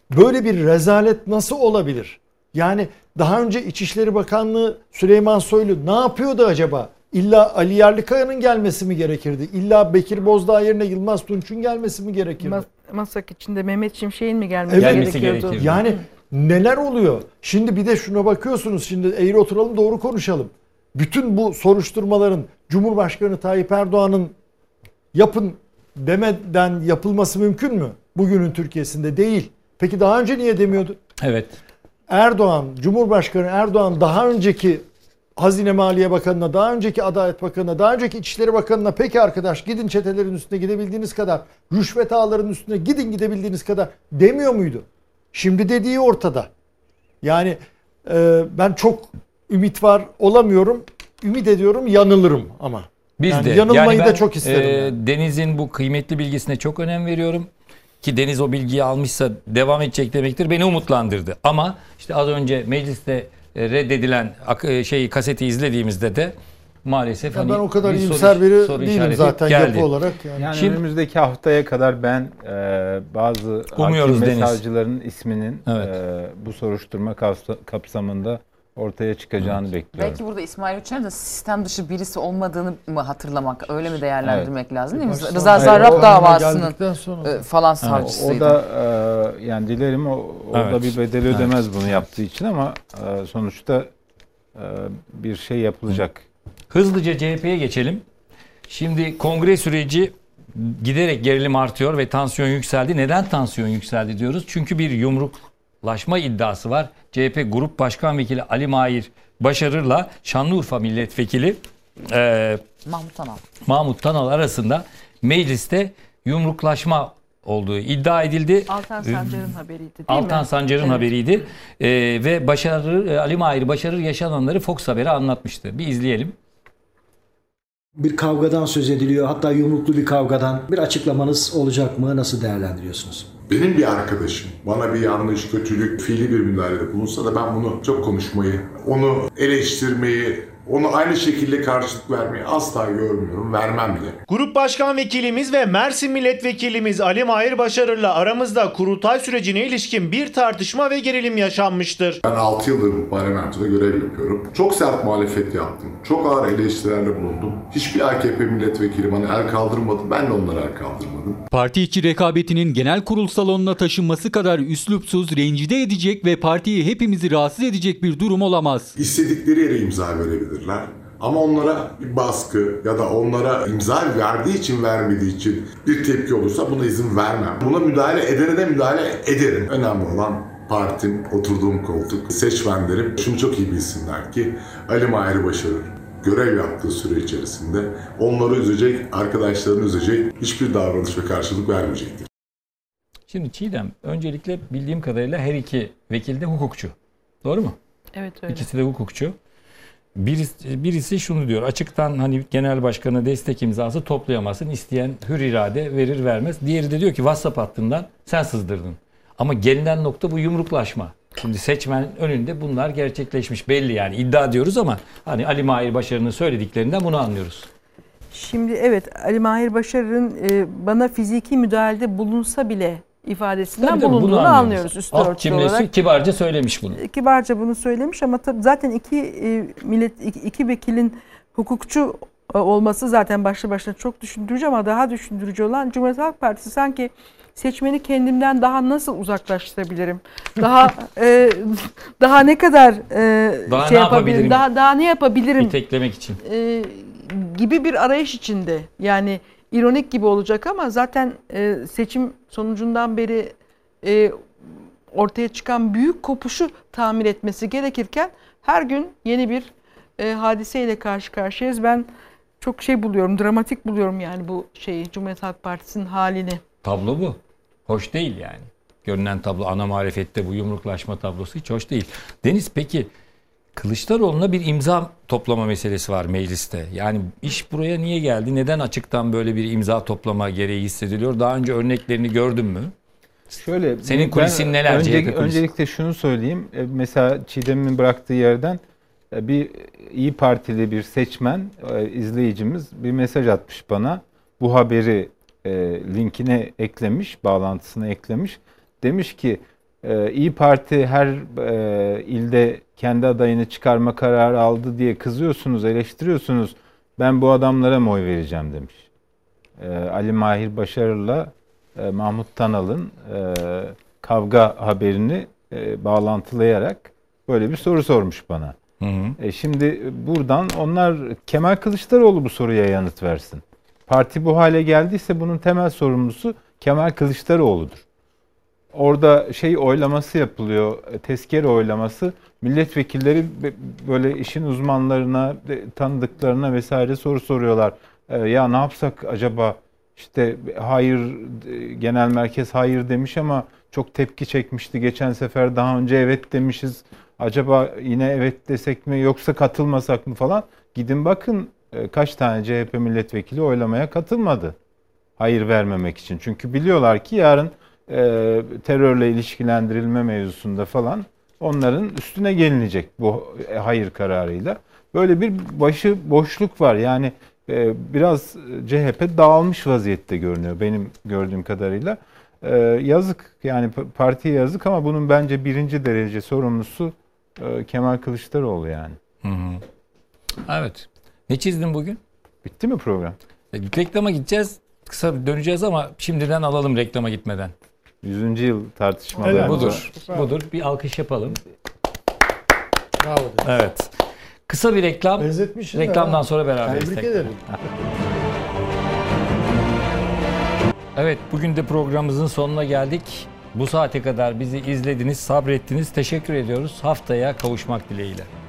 Böyle bir rezalet nasıl olabilir? Yani daha önce İçişleri Bakanlığı Süleyman Soylu ne yapıyordu acaba? İlla Ali Yerlikaya'nın gelmesi mi gerekirdi? İlla Bekir Bozdağ yerine Yılmaz Tunç'un gelmesi mi gerekirdi? Masak içinde Mehmet Şimşek'in mi gelmesi gerekiyordu? Yani neler oluyor? Şimdi bir de şuna bakıyorsunuz. Şimdi eğri oturalım, doğru konuşalım. Bütün bu soruşturmaların Cumhurbaşkanı Tayyip Erdoğan'ın yapın demeden yapılması mümkün mü? Bugünün Türkiye'sinde değil. Peki daha önce niye demiyordu? Evet. Erdoğan, Cumhurbaşkanı Erdoğan daha önceki Hazine Maliye Bakanı'na, daha önceki Adalet Bakanı'na, daha önceki İçişleri Bakanı'na peki arkadaş gidin çetelerin üstüne gidebildiğiniz kadar, rüşvet ağlarının üstüne gidin gidebildiğiniz kadar demiyor muydu? Şimdi dediği ortada. Yani ben çok ümit var olamıyorum. Ümit ediyorum yanılırım ama. Biz yani de. yanılmayı ben, da çok isterim. Deniz'in bu kıymetli bilgisine çok önem veriyorum. Ki Deniz o bilgiyi almışsa devam edecek demektir. Beni umutlandırdı. Ama işte az önce mecliste reddedilen kaseti izlediğimizde de maalesef ben o kadar iyimser biri değilim zaten geldi. Yapı olarak. Yani şimdi, önümüzdeki haftaya kadar ben bazı hakim ve savcıların isminin bu soruşturma kapsamında ortaya çıkacağını bekliyorum. Belki burada İsmail Uçar'ın da sistem dışı birisi olmadığını mı hatırlamak, öyle mi değerlendirmek lazım değil mi? Rıza Zarrab davasının falan savcısıydı. O da yani dilerim o da bir bedel ödemez bunu yaptığı için ama sonuçta bir şey yapılacak. Hızlıca CHP'ye geçelim. Şimdi kongre süreci giderek gerilim artıyor ve tansiyon yükseldi. Neden tansiyon yükseldi diyoruz? Çünkü bir yumruklaşma iddiası var. CHP Grup Başkan Vekili Ali Mahir Başarır'la Şanlıurfa Milletvekili Mahmut Tanal arasında mecliste yumruklaşma olduğu iddia edildi. Altan Sancar'ın haberiydi değil Altan mi? Sancar'ın haberiydi. Ve Ali Mahir Başarır yaşananları Fox Haber'e anlatmıştı. Bir izleyelim. Bir kavgadan söz ediliyor. Hatta yumruklu bir kavgadan. Bir açıklamanız olacak mı? Nasıl değerlendiriyorsunuz? Benim bir arkadaşım bana bir yanlış, kötülük, fiili bir müdahalede bulunsa da ben bunu çok konuşmayı, onu eleştirmeyi, ona aynı şekilde karşılık vermeyi asla görmüyorum, vermem bile. Grup Başkan Vekilimiz ve Mersin Milletvekilimiz Ali Mahir Başarır'la aramızda kurultay sürecine ilişkin bir tartışma ve gerilim yaşanmıştır. Ben 6 yıldır bu parlamentoda görev yapıyorum. Çok sert muhalefet yaptım. Çok ağır eleştirilerde bulundum. Hiçbir AKP milletvekili bana el kaldırmadı. Ben de onlara el kaldırmadım. Parti içi rekabetinin genel kurul salonuna taşınması kadar üslupsuz, rencide edecek ve partiyi hepimizi rahatsız edecek bir durum olamaz. İstedikleri yere imza verebilirler. Ama onlara bir baskı ya da onlara imza verdiği için vermediği için bir tepki olursa buna izin vermem. Buna müdahale edene de müdahale ederim. Önemli olan partim, oturduğum koltuk, seçmenlerim şunu çok iyi bilsinler ki Ali Mahir Başarır görev yaptığı süre içerisinde onları üzecek, arkadaşlarını üzecek hiçbir davranış ve karşılık vermeyecektir. Şimdi Çiğdem, öncelikle bildiğim kadarıyla her iki vekil de hukukçu. Doğru mu? Evet öyle. İkisi de hukukçu. Birisi şunu diyor, açıktan hani genel başkanı destek imzası toplayamazsın, isteyen hür irade verir vermez. Diğeri de diyor ki WhatsApp hattından sen sızdırdın. Ama gelinen nokta bu yumruklaşma. Şimdi seçmenin önünde bunlar gerçekleşmiş belli, yani iddia diyoruz ama hani Ali Mahir Başarır'ın söylediklerinden bunu anlıyoruz. Şimdi evet, Ali Mahir Başarır'ın bana fiziki müdahalede bulunsa bile ifadesinden bulunduğunu anlıyoruz üstü Alt örtülü cümlesi olarak. kibarca söylemiş bunu. Kibarca bunu söylemiş ama tabii zaten iki vekilin hukukçu olması zaten başlı başına çok düşündürücü, ama daha düşündürücü olan Cumhuriyet Halk Partisi sanki seçmeni kendimden daha nasıl uzaklaştırabilirim? Daha ne kadar daha ne yapabilirim? Daha ne yapabilirim? İteklemek için. Gibi bir arayış içinde. Yani ironik gibi olacak ama zaten seçim sonucundan beri ortaya çıkan büyük kopuşu tamir etmesi gerekirken her gün yeni bir hadiseyle karşı karşıyayız. Ben çok buluyorum, dramatik buluyorum yani bu Cumhuriyet Halk Partisi'nin halini. Tablo bu. Hoş değil yani. Görünen tablo, ana muhalefette bu yumruklaşma tablosu hiç hoş değil. Deniz, peki Kılıçdaroğlu'na bir imza toplama meselesi var mecliste. Yani iş buraya niye geldi? Neden açıktan böyle bir imza toplama gereği hissediliyor? Daha önce örneklerini gördün mü? Şöyle, senin kulisin neler? Öncelikle şunu söyleyeyim. Mesela Çiğdem'in bıraktığı yerden bir İYİ Partili bir seçmen, izleyicimiz bir mesaj atmış bana. Bu haberi linkine eklemiş, bağlantısına eklemiş. Demiş ki İyi Parti her ilde kendi adayını çıkarma kararı aldı diye kızıyorsunuz, eleştiriyorsunuz. Ben bu adamlara mı oy vereceğim demiş. Ali Mahir Başarır'la Mahmut Tanal'ın kavga haberini bağlantılayarak böyle bir soru sormuş bana. Şimdi buradan onlar Kemal Kılıçdaroğlu bu soruya yanıt versin. Parti bu hale geldiyse bunun temel sorumlusu Kemal Kılıçdaroğlu'dur. Orada oylaması yapılıyor, tezkere oylaması. Milletvekilleri böyle işin uzmanlarına, tanıdıklarına vesaire soru soruyorlar. Ya ne yapsak acaba? İşte hayır, genel merkez hayır demiş ama çok tepki çekmişti. Geçen sefer daha önce evet demişiz. Acaba yine evet desek mi yoksa katılmasak mı falan. Gidin bakın kaç tane CHP milletvekili oylamaya katılmadı. Hayır vermemek için. Çünkü biliyorlar ki yarın terörle ilişkilendirilme mevzusunda falan onların üstüne gelinecek bu hayır kararıyla. Böyle bir boşluk var. Yani biraz CHP dağılmış vaziyette görünüyor benim gördüğüm kadarıyla. Yazık, yani partiye yazık ama bunun bence birinci derece sorumlusu Kemal Kılıçdaroğlu yani. Evet. Ne çizdin bugün? Bitti mi program? Reklama gideceğiz. Kısa döneceğiz ama şimdiden alalım reklama gitmeden. 100. yıl tartışmaları. Evet, budur. Bir alkış yapalım. Bravo. Evet. Kısa bir reklam. Reklamdan sonra beraberiz. Tebrik ederim. Evet, bugün de programımızın sonuna geldik. Bu saate kadar bizi izlediniz, sabrettiniz. Teşekkür ediyoruz. Haftaya kavuşmak dileğiyle.